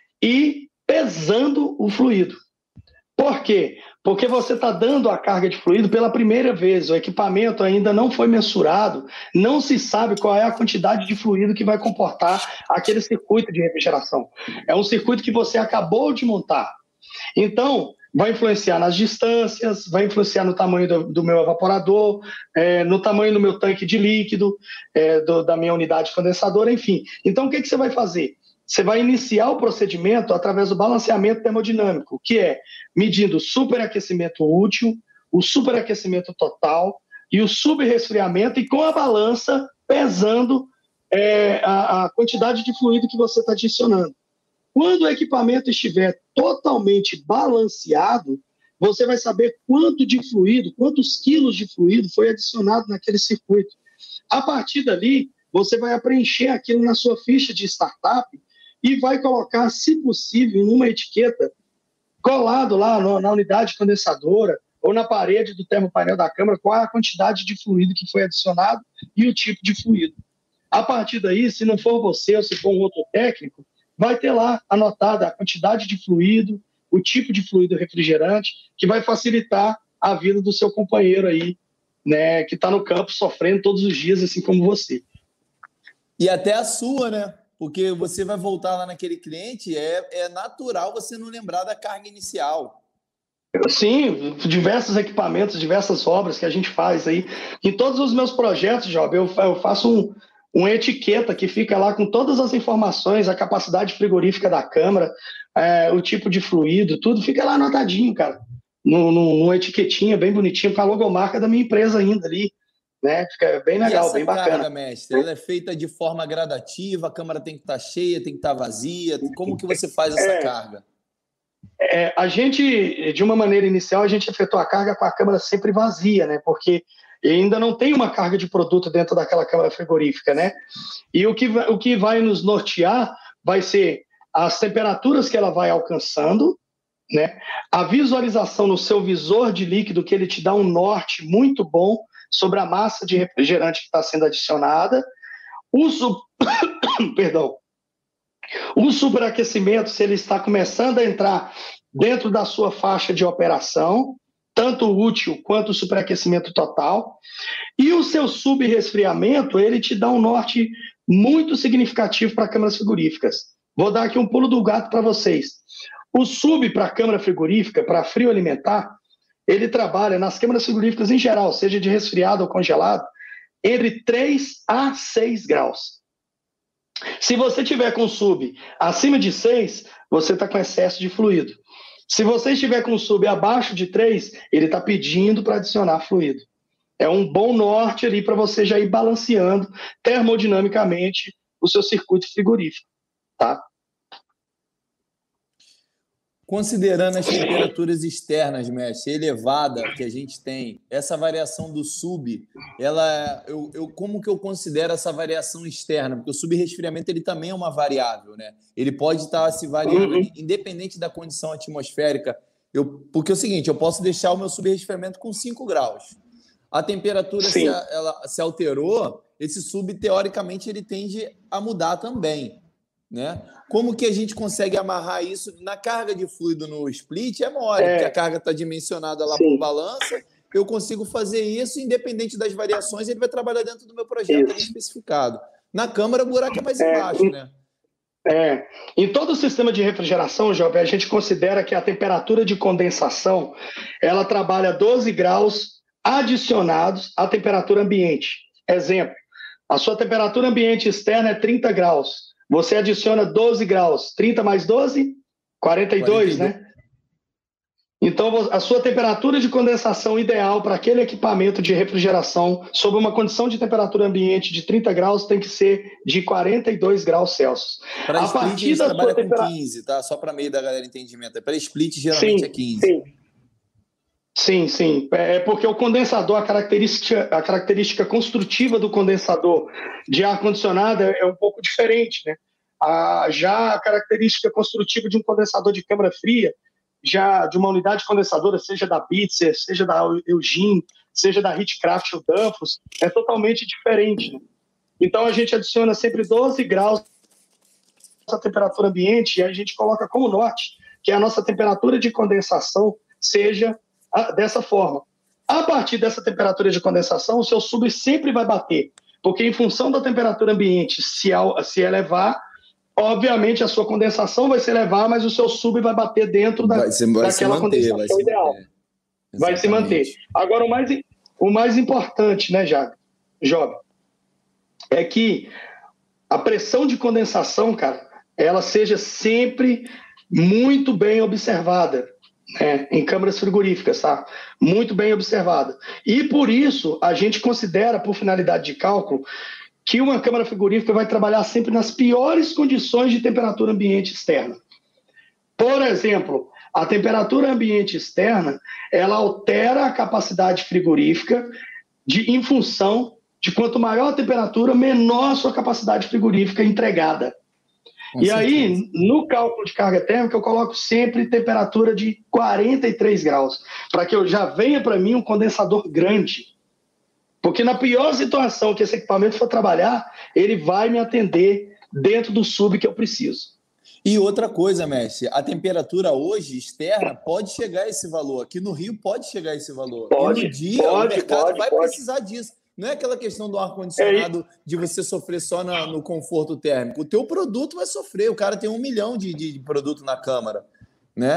e pesando o fluido. Por quê? Porque você está dando a carga de fluido pela primeira vez, o equipamento ainda não foi mensurado, não se sabe qual é a quantidade de fluido que vai comportar aquele circuito de refrigeração. É um circuito que você acabou de montar. Então, vai influenciar nas distâncias, vai influenciar no tamanho do, do meu evaporador, é, no tamanho do meu tanque de líquido, é, do, da minha unidade condensadora, enfim. Então, o que, que você vai fazer? Você vai iniciar o procedimento através do balanceamento termodinâmico, que é medindo o superaquecimento útil, o superaquecimento total e o subresfriamento, e com a balança pesando é, a, a quantidade de fluido que você está adicionando. Quando o equipamento estiver totalmente balanceado, você vai saber quanto de fluido, quantos quilos de fluido foi adicionado naquele circuito. A partir dali, você vai preencher aquilo na sua ficha de startup e vai colocar, se possível, numa etiqueta, colado lá no, na unidade condensadora ou na parede do termopainel da câmara, qual é a quantidade de fluido que foi adicionado e o tipo de fluido. A partir daí, se não for você ou se for um outro técnico, vai ter lá anotada a quantidade de fluido, o tipo de fluido refrigerante, que vai facilitar a vida do seu companheiro aí, né, que está no campo sofrendo todos os dias, assim como você. E até a sua, né? Porque você vai voltar lá naquele cliente, é, é natural você não lembrar da carga inicial. Sim, diversos equipamentos, diversas obras que a gente faz aí. Em todos os meus projetos, Job, eu, eu faço um, uma etiqueta que fica lá com todas as informações, a capacidade frigorífica da câmara, é, o tipo de fluido, tudo fica lá anotadinho, cara. Numa etiquetinha bem bonitinha, com a logomarca da minha empresa ainda ali, né? Fica bem legal, bem bacana. E essa carga, mestre, ela é feita de forma gradativa, a câmara tem que estar cheia, tem que estar vazia, como que você faz essa é, carga? É, a gente, de uma maneira inicial, a gente efetua a carga com a câmara sempre vazia, né? Porque ainda não tem uma carga de produto dentro daquela câmara frigorífica, né? E o que, vai, o que vai nos nortear vai ser as temperaturas que ela vai alcançando, né? A visualização no seu visor de líquido, que ele te dá um norte muito bom sobre a massa de refrigerante que está sendo adicionada. O, sub... Perdão. o superaquecimento, se ele está começando a entrar dentro da sua faixa de operação, tanto o útil quanto o superaquecimento total. E o seu subresfriamento, ele te dá um norte muito significativo para câmaras frigoríficas. Vou dar aqui um pulo do gato para vocês. O sub para a câmara frigorífica, para frio alimentar, ele trabalha nas câmaras frigoríficas em geral, seja de resfriado ou congelado, entre três a seis graus. Se você tiver com sub acima de seis, você está com excesso de fluido. Se você estiver com sub abaixo de três, ele está pedindo para adicionar fluido. É um bom norte ali para você já ir balanceando termodinamicamente o seu circuito frigorífico, tá? Considerando as temperaturas externas, mestre, elevada que a gente tem, essa variação do sub, ela, eu, eu, como que eu considero essa variação externa? Porque o subresfriamento ele também é uma variável, né? Ele pode estar se variando, uhum. independente da condição atmosférica. Eu, porque é o seguinte, eu posso deixar o meu subresfriamento com cinco graus. A temperatura se, ela, se alterou, esse sub, teoricamente, ele tende a mudar também, né? Como que a gente consegue amarrar isso na carga de fluido no split? É mole, é. porque a carga está dimensionada lá por balança. Eu consigo fazer isso, independente das variações, ele vai trabalhar dentro do meu projeto ali especificado. Na câmara, o buraco é mais é. embaixo, né? É. Em todo o sistema de refrigeração, Jovem, a gente considera que a temperatura de condensação ela trabalha doze graus adicionados à temperatura ambiente. Exemplo, a sua temperatura ambiente externa é trinta graus. Você adiciona doze graus. trinta mais doze? quarenta e dois, quarenta e dois. Né? Então, a sua temperatura de condensação ideal para aquele equipamento de refrigeração sob uma condição de temperatura ambiente de trinta graus tem que ser de quarenta e dois graus Celsius. Para split, a gente trabalha com tempera... quinze, tá? Só para meio da galera entendimento. Para split, geralmente sim, é quinze. Sim. Sim, sim. É porque o condensador, a característica, a característica construtiva do condensador de ar-condicionado é um pouco diferente, né? A, já a característica construtiva de um condensador de câmara fria, já de uma unidade condensadora, seja da Bitzer, seja da Eugene, seja da Heatcraft ou Danfoss, é totalmente diferente, né? Então a gente adiciona sempre doze graus à temperatura ambiente e a gente coloca como norte que a nossa temperatura de condensação seja dessa forma. A partir dessa temperatura de condensação, o seu sub sempre vai bater, porque em função da temperatura ambiente se, se elevar, obviamente a sua condensação vai se elevar, mas o seu sub vai bater dentro da, vai se, vai daquela manter, condensação ideal. Manter. Vai se manter. Agora, o mais, o mais importante, né, Job, é que a pressão de condensação, cara, ela seja sempre muito bem observada. É, em câmaras frigoríficas, tá? Muito bem observada. E por isso, a gente considera, por finalidade de cálculo, que uma câmara frigorífica vai trabalhar sempre nas piores condições de temperatura ambiente externa. Por exemplo, a temperatura ambiente externa, ela altera a capacidade frigorífica de, em função de quanto maior a temperatura, menor a sua capacidade frigorífica entregada. Com e certeza. Aí, no cálculo de carga térmica, eu coloco sempre temperatura de quarenta e três graus, para que eu já venha para mim um condensador grande. Porque na pior situação que esse equipamento for trabalhar, ele vai me atender dentro do sub que eu preciso. E outra coisa, mestre, a temperatura hoje externa pode chegar a esse valor. Aqui no Rio pode chegar a esse valor. Pode, e no dia pode, o mercado pode, vai pode. precisar disso. Não é aquela questão do ar-condicionado é de você sofrer só na, no conforto térmico. O teu produto vai sofrer. O cara tem um milhão de, de, de produto na câmara, né?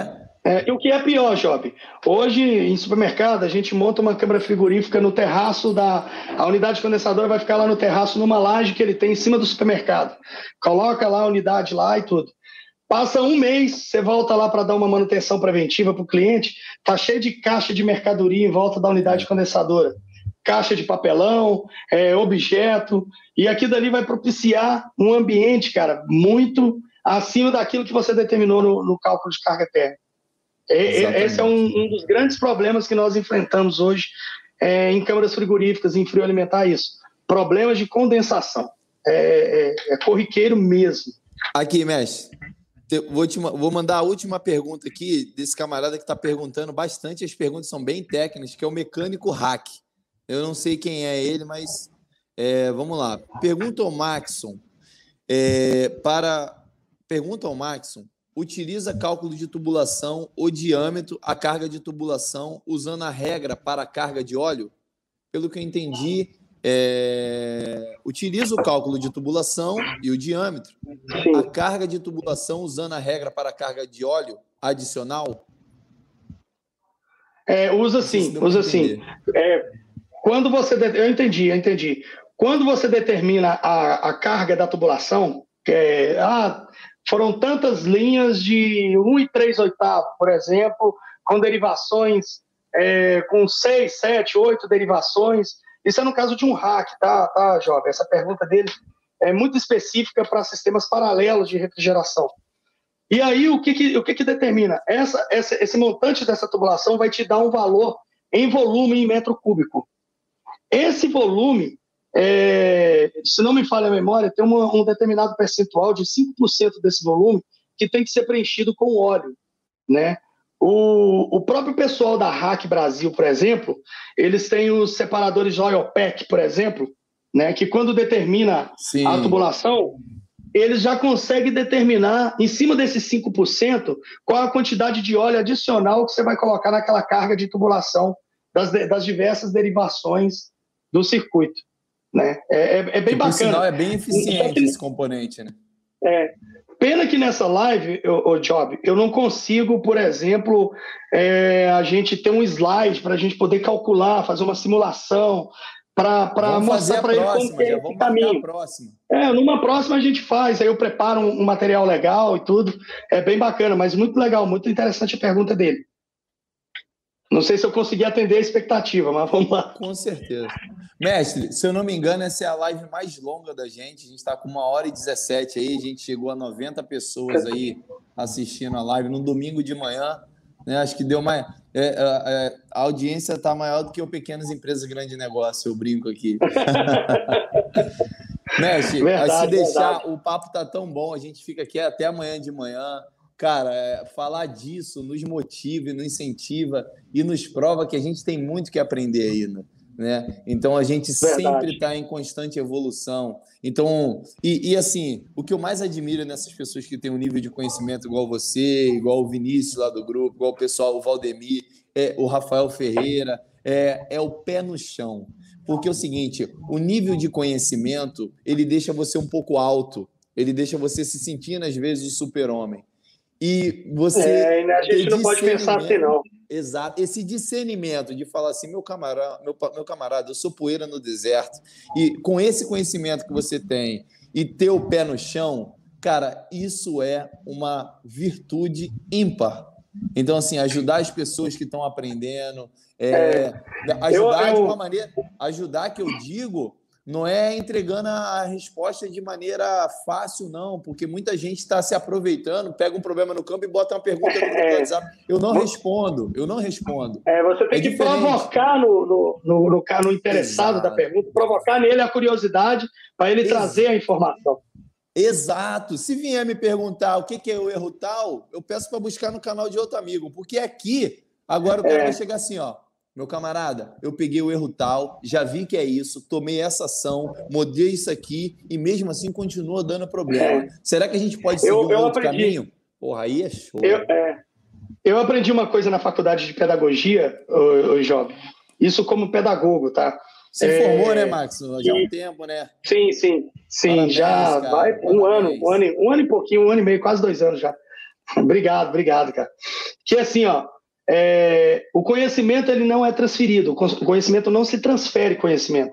É, e o que é pior, Job? Hoje, em supermercado, a gente monta uma câmara frigorífica no terraço da... A unidade condensadora vai ficar lá no terraço, numa laje que ele tem em cima do supermercado. Coloca lá a unidade lá e tudo. Passa um mês, você volta lá para dar uma manutenção preventiva para o cliente, tá cheio de caixa de mercadoria em volta da unidade condensadora. Caixa de papelão, é, objeto, e aquilo dali vai propiciar um ambiente, cara, muito acima daquilo que você determinou no, no cálculo de carga térmica. É, esse é um, um dos grandes problemas que nós enfrentamos hoje é, em câmaras frigoríficas, em frio alimentar, isso. Problemas de condensação. É, é, é corriqueiro mesmo. Aqui, mestre. Vou, te, vou mandar a última pergunta aqui desse camarada que está perguntando bastante. As perguntas são bem técnicas, que é o mecânico Hack. Eu não sei quem é ele, mas é, vamos lá. Pergunta ao Maxson. É, para, pergunta ao Maxson. Utiliza cálculo de tubulação ou diâmetro a carga de tubulação usando a regra para a carga de óleo? Pelo que eu entendi, é, utiliza o cálculo de tubulação e o diâmetro. Sim. A carga de tubulação usando a regra para a carga de óleo adicional? É, usa sim, usa sim. É, quando você... Eu entendi, eu entendi. Quando você determina a, a carga da tubulação, que é, ah, foram tantas linhas de um e três oitavos, por exemplo, com derivações, é, com seis, sete, oito derivações. Isso é no caso de um hack, tá, tá, jovem? Essa pergunta dele é muito específica para sistemas paralelos de refrigeração. E aí, o que, que, o que, que determina? Essa, essa, esse montante dessa tubulação vai te dar um valor em volume em metro cúbico. Esse volume, é, se não me falha a memória, tem uma, um determinado percentual de cinco por cento desse volume que tem que ser preenchido com óleo, né? O, o próprio pessoal da Hack Brasil, por exemplo, eles têm os separadores Oil Pack, por exemplo, né, que quando determina Sim. a tubulação, eles já conseguem determinar, em cima desses cinco por cento, qual a quantidade de óleo adicional que você vai colocar naquela carga de tubulação das, das diversas derivações do circuito. Né? É, é, é bem que, bacana. Por sinal, é bem eficiente esse componente, né? É. Pena que nessa live, o Job, eu não consigo, por exemplo, é, a gente ter um slide para a gente poder calcular, fazer uma simulação, para mostrar para ele como que é esse caminho. É, numa próxima a gente faz, aí eu preparo um, um material legal e tudo, é bem bacana, mas muito legal, muito interessante a pergunta dele. Não sei se eu consegui atender a expectativa, mas vamos lá. Com certeza. Mestre, se eu não me engano, essa é a live mais longa da gente. A gente está com uma hora e dezessete aí. A gente chegou a noventa pessoas aí assistindo a live no domingo de manhã. Né? Acho que deu mais. É, é, a audiência está maior do que o Pequenas Empresas Grande Negócio. Eu brinco aqui. Mestre, verdade, se deixar, verdade. O papo está tão bom. A gente fica aqui até amanhã de manhã. Cara, é, falar disso nos motiva, nos incentiva e nos prova que a gente tem muito que aprender ainda, né? Então, a gente Verdade. sempre está em constante evolução. Então, e, e assim, o que eu mais admiro nessas pessoas que têm um nível de conhecimento igual você, igual o Vinícius lá do grupo, igual o pessoal, o Valdemir, é, o Rafael Ferreira, é, é o pé no chão. Porque é o seguinte, o nível de conhecimento, ele deixa você um pouco alto, ele deixa você se sentindo, às vezes, o super-homem. E você. É, a gente não pode pensar assim, não. Exato. Esse discernimento de falar assim, meu camarada, meu, meu camarada, eu sou poeira no deserto. E com esse conhecimento que você tem e ter o pé no chão, cara, isso é uma virtude ímpar. Então, assim, ajudar as pessoas que estão aprendendo, é, é, ajudar eu, eu... de uma maneira. Ajudar, que eu digo. Não é entregando a resposta de maneira fácil, não, porque muita gente está se aproveitando, pega um problema no campo e bota uma pergunta no grupo do WhatsApp. Eu não respondo, eu não respondo. É, você tem é que diferente. provocar no, no, no, no, no interessado Exato. da pergunta, provocar nele a curiosidade para ele Exato. trazer a informação. Exato. Se vier me perguntar o que é o erro tal, eu peço para buscar no canal de outro amigo, porque aqui, agora o cara é. vai chegar assim, ó. Meu camarada, eu peguei o erro tal, já vi que é isso, tomei essa ação, mudei isso aqui e mesmo assim continua dando problema. É. Será que a gente pode seguir eu, um eu outro aprendi. caminho? Porra, aí é show. Eu, é, eu aprendi uma coisa na faculdade de pedagogia, ô, ô, Job, isso como pedagogo, tá? Você é, formou, né, Max? Já há um tempo, né? Sim, sim. Sim, Parabéns, já cara. vai um ano, um ano, um ano e pouquinho, um ano e meio, quase dois anos já. Obrigado, obrigado, cara. que é assim, ó, é, o conhecimento ele não é transferido, o conhecimento não se transfere conhecimento.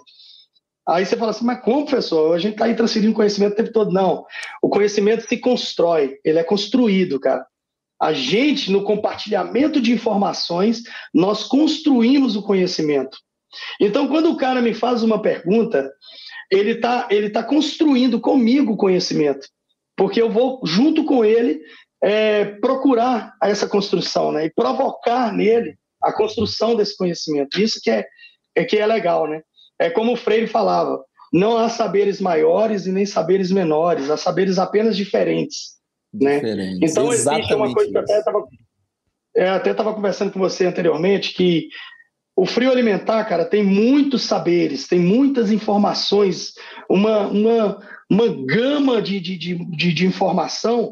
Aí você fala assim, mas como, professor? A gente está aí transferindo conhecimento o tempo todo. Não, o conhecimento se constrói, ele é construído, cara. A gente, no compartilhamento de informações, nós construímos o conhecimento. Então, quando o cara me faz uma pergunta, ele está ele tá construindo comigo o conhecimento, porque eu vou, junto com ele, é, procurar essa construção, né? E provocar nele a construção desse conhecimento. Isso que é, é, que é legal, né? É como o Freire falava, não há saberes maiores e nem saberes menores, há saberes apenas diferentes. Né? Então, existe uma coisa que eu até estava é, até estava conversando com você anteriormente, que o frio alimentar, cara, tem muitos saberes, tem muitas informações, uma, uma, uma gama de, de, de, de informação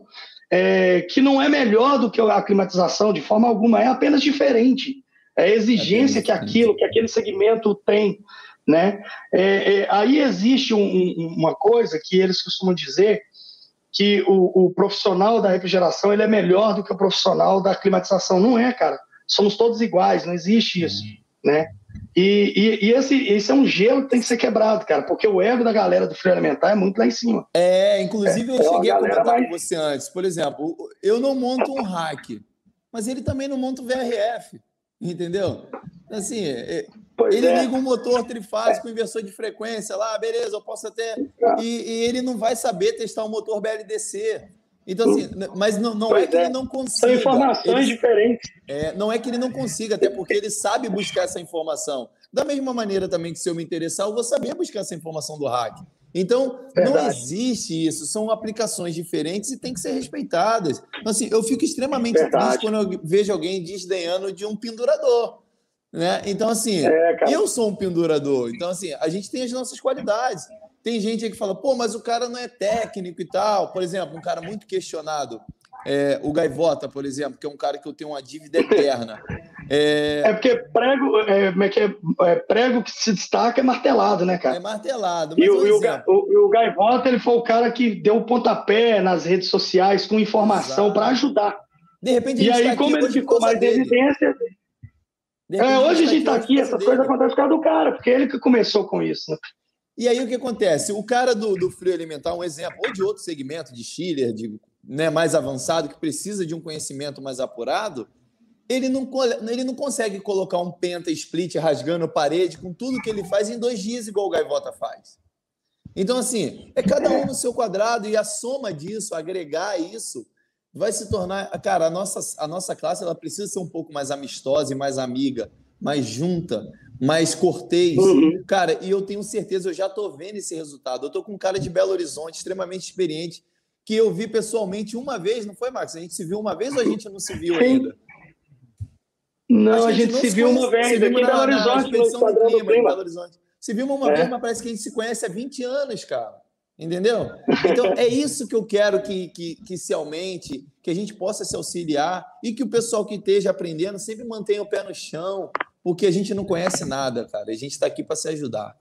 é, que não é melhor do que a climatização, de forma alguma, é apenas diferente. É a exigência é que aquilo, que aquele segmento tem. Né? É, é, aí existe um, um, uma coisa que eles costumam dizer, que o, o profissional da refrigeração ele é melhor do que o profissional da climatização. Não é, cara. Somos todos iguais, não existe isso. Né? E, e, e esse, esse é um gelo que tem que ser quebrado, cara, porque o ego da galera do frio alimentar é muito lá em cima. É, inclusive é, eu cheguei a comentar vai... com você antes. Por exemplo, eu não monto um rack, mas ele também não monta o V R F, entendeu? Assim, pois ele é. liga um motor trifásico, é. inversor de frequência lá, beleza, eu posso até... E, e ele não vai saber testar um motor B L D C. Então, assim, mas não, não é que é. ele não consiga. São informações ele, diferentes. É, não é que ele não consiga, até porque ele sabe buscar essa informação. Da mesma maneira também que se eu me interessar, eu vou saber buscar essa informação do hack. Então, Verdade. não existe isso. São aplicações diferentes e têm que ser respeitadas. Então, assim, eu fico extremamente Verdade. triste quando eu vejo alguém desdenhando de um pendurador. Né? Então, assim, é, eu sou um pendurador. Então, assim, a gente tem as nossas qualidades. Tem gente aí que fala, pô, mas o cara não é técnico e tal. Por exemplo, um cara muito questionado, é, o Gaivota, por exemplo, que é um cara que eu tenho uma dívida eterna. É, é porque prego, é, é, é, prego que se destaca é martelado, né, cara? É martelado. Mas e, um o, o, o Gaivota, ele foi o cara que deu o pontapé nas redes sociais com informação para ajudar. De repente, a gente e aí, tá como ele ficou mais em evidência... De é, hoje a gente está aqui, essas coisas acontecem por causa do cara, porque ele que começou com isso, né? E aí o que acontece? O cara do, do frio alimentar, um exemplo, ou de outro segmento, de chiller, de, né, mais avançado, que precisa de um conhecimento mais apurado, ele não, ele não consegue colocar um penta split rasgando parede com tudo que ele faz em dois dias, igual o Gaivota faz. Então, assim, é cada um no seu quadrado, e a soma disso, agregar isso, vai se tornar... Cara, a nossa, a nossa classe ela precisa ser um pouco mais amistosa e mais amiga, mais junta, mais cortês. Uhum. Cara, e eu tenho certeza, eu já estou vendo esse resultado. Eu estou com um cara de Belo Horizonte, extremamente experiente, que eu vi pessoalmente uma vez, não foi, Max? A gente se viu uma vez ou a gente não se viu Sim. ainda? Não, a gente, a gente não se, se viu uma vez, aqui em Belo Horizonte, no Esquadrão do Clima. Belo Horizonte. Se viu uma é. vez, mas parece que a gente se conhece há vinte anos, cara. Entendeu? Então, é isso que eu quero que, que, que se aumente, que a gente possa se auxiliar e que o pessoal que esteja aprendendo sempre mantenha o pé no chão, porque a gente não conhece nada, cara. A gente está aqui para se ajudar.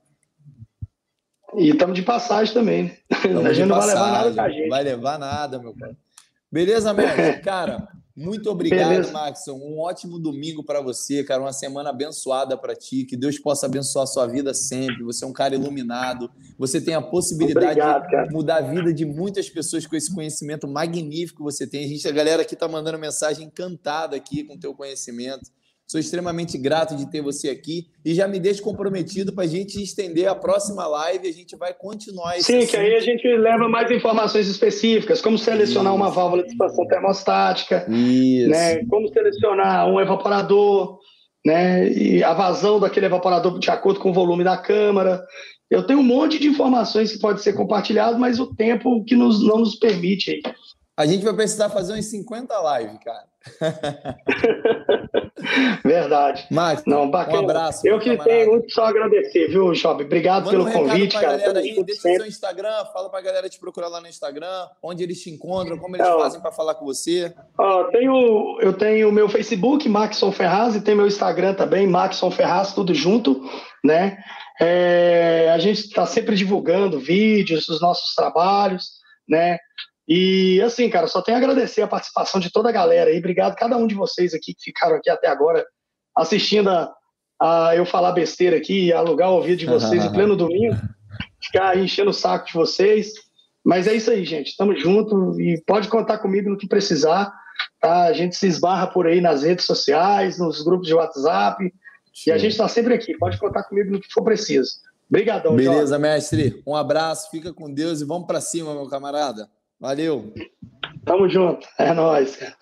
E estamos de passagem também. Tamo a gente não passagem, vai levar nada pra gente. Vai levar nada, meu cara. Beleza, Max? Cara, muito obrigado, Beleza. Maxson. Um ótimo domingo para você, cara. Uma semana abençoada para ti. Que Deus possa abençoar a sua vida sempre. Você é um cara iluminado. Você tem a possibilidade obrigado, de cara. mudar a vida de muitas pessoas com esse conhecimento magnífico que você tem. A gente, a galera aqui está mandando mensagem encantada aqui com o teu conhecimento. Sou extremamente grato de ter você aqui e já me deixo comprometido para a gente estender a próxima live e a gente vai continuar esse Sim, assunto. Que aí a gente leva mais informações específicas, como selecionar Isso. uma válvula de expansão termostática, né? Como selecionar um evaporador, né? E a vazão daquele evaporador de acordo com o volume da câmara. Eu tenho um monte de informações que pode ser compartilhado, mas o tempo que nos, não nos permite aí. A gente vai precisar fazer uns cinquenta lives, cara. Verdade. Max, Não, bacana. Um abraço. Eu que camarada. tenho muito só agradecer, viu, Job? Obrigado Manda pelo um convite, cara. Galera aí, deixa o seu Instagram, fala pra galera te procurar lá no Instagram, onde eles te encontram, como eles é, fazem para falar com você. Ó, tenho, eu tenho o meu Facebook, Maxson Ferraz, e tem meu Instagram também, Maxson Ferraz, tudo junto, né? É, a gente está sempre divulgando vídeos dos nossos trabalhos, né? E assim, cara, só tenho a agradecer a participação de toda a galera aí. Obrigado a cada um de vocês aqui que ficaram aqui até agora assistindo a, a eu falar besteira aqui, alugar o ouvido de vocês em pleno domingo, ficar enchendo o saco de vocês. Mas é isso aí, gente. Tamo junto e pode contar comigo no que precisar. Tá? A gente se esbarra por aí nas redes sociais, nos grupos de WhatsApp. Show. E a gente está sempre aqui. Pode contar comigo no que for preciso. Obrigadão, beleza, Jorge. mestre. Um abraço, fica com Deus e vamos para cima, meu camarada. Valeu. Tamo junto. É nóis, cara.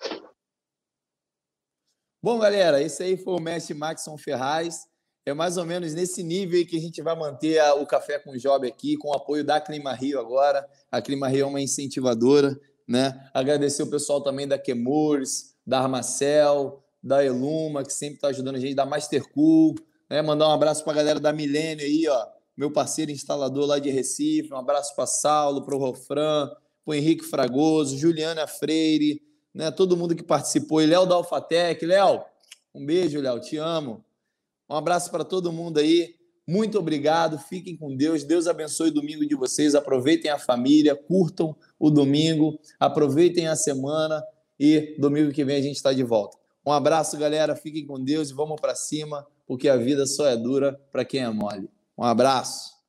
Bom, galera, esse aí foi o mestre Maxson Ferraz. É mais ou menos nesse nível aí que a gente vai manter a, o Café com Job aqui, com o apoio da Clima Rio agora. A Clima Rio é uma incentivadora, né? Agradecer o pessoal também da Quemurs, da Armacel, da Eluma, que sempre está ajudando a gente, da Mastercool, né? Mandar um abraço para a galera da Milênio aí, ó, meu parceiro instalador lá de Recife. Um abraço para Saulo, para o Rofran, para o Henrique Fragoso, Juliana Freire, né? Todo mundo que participou. E Léo da Alfatec. Léo, um beijo, Léo, te amo. Um abraço para todo mundo aí. Muito obrigado. Fiquem com Deus. Deus abençoe o domingo de vocês. Aproveitem a família, curtam o domingo, aproveitem a semana e domingo que vem a gente está de volta. Um abraço, galera. Fiquem com Deus e vamos para cima, porque a vida só é dura para quem é mole. Um abraço.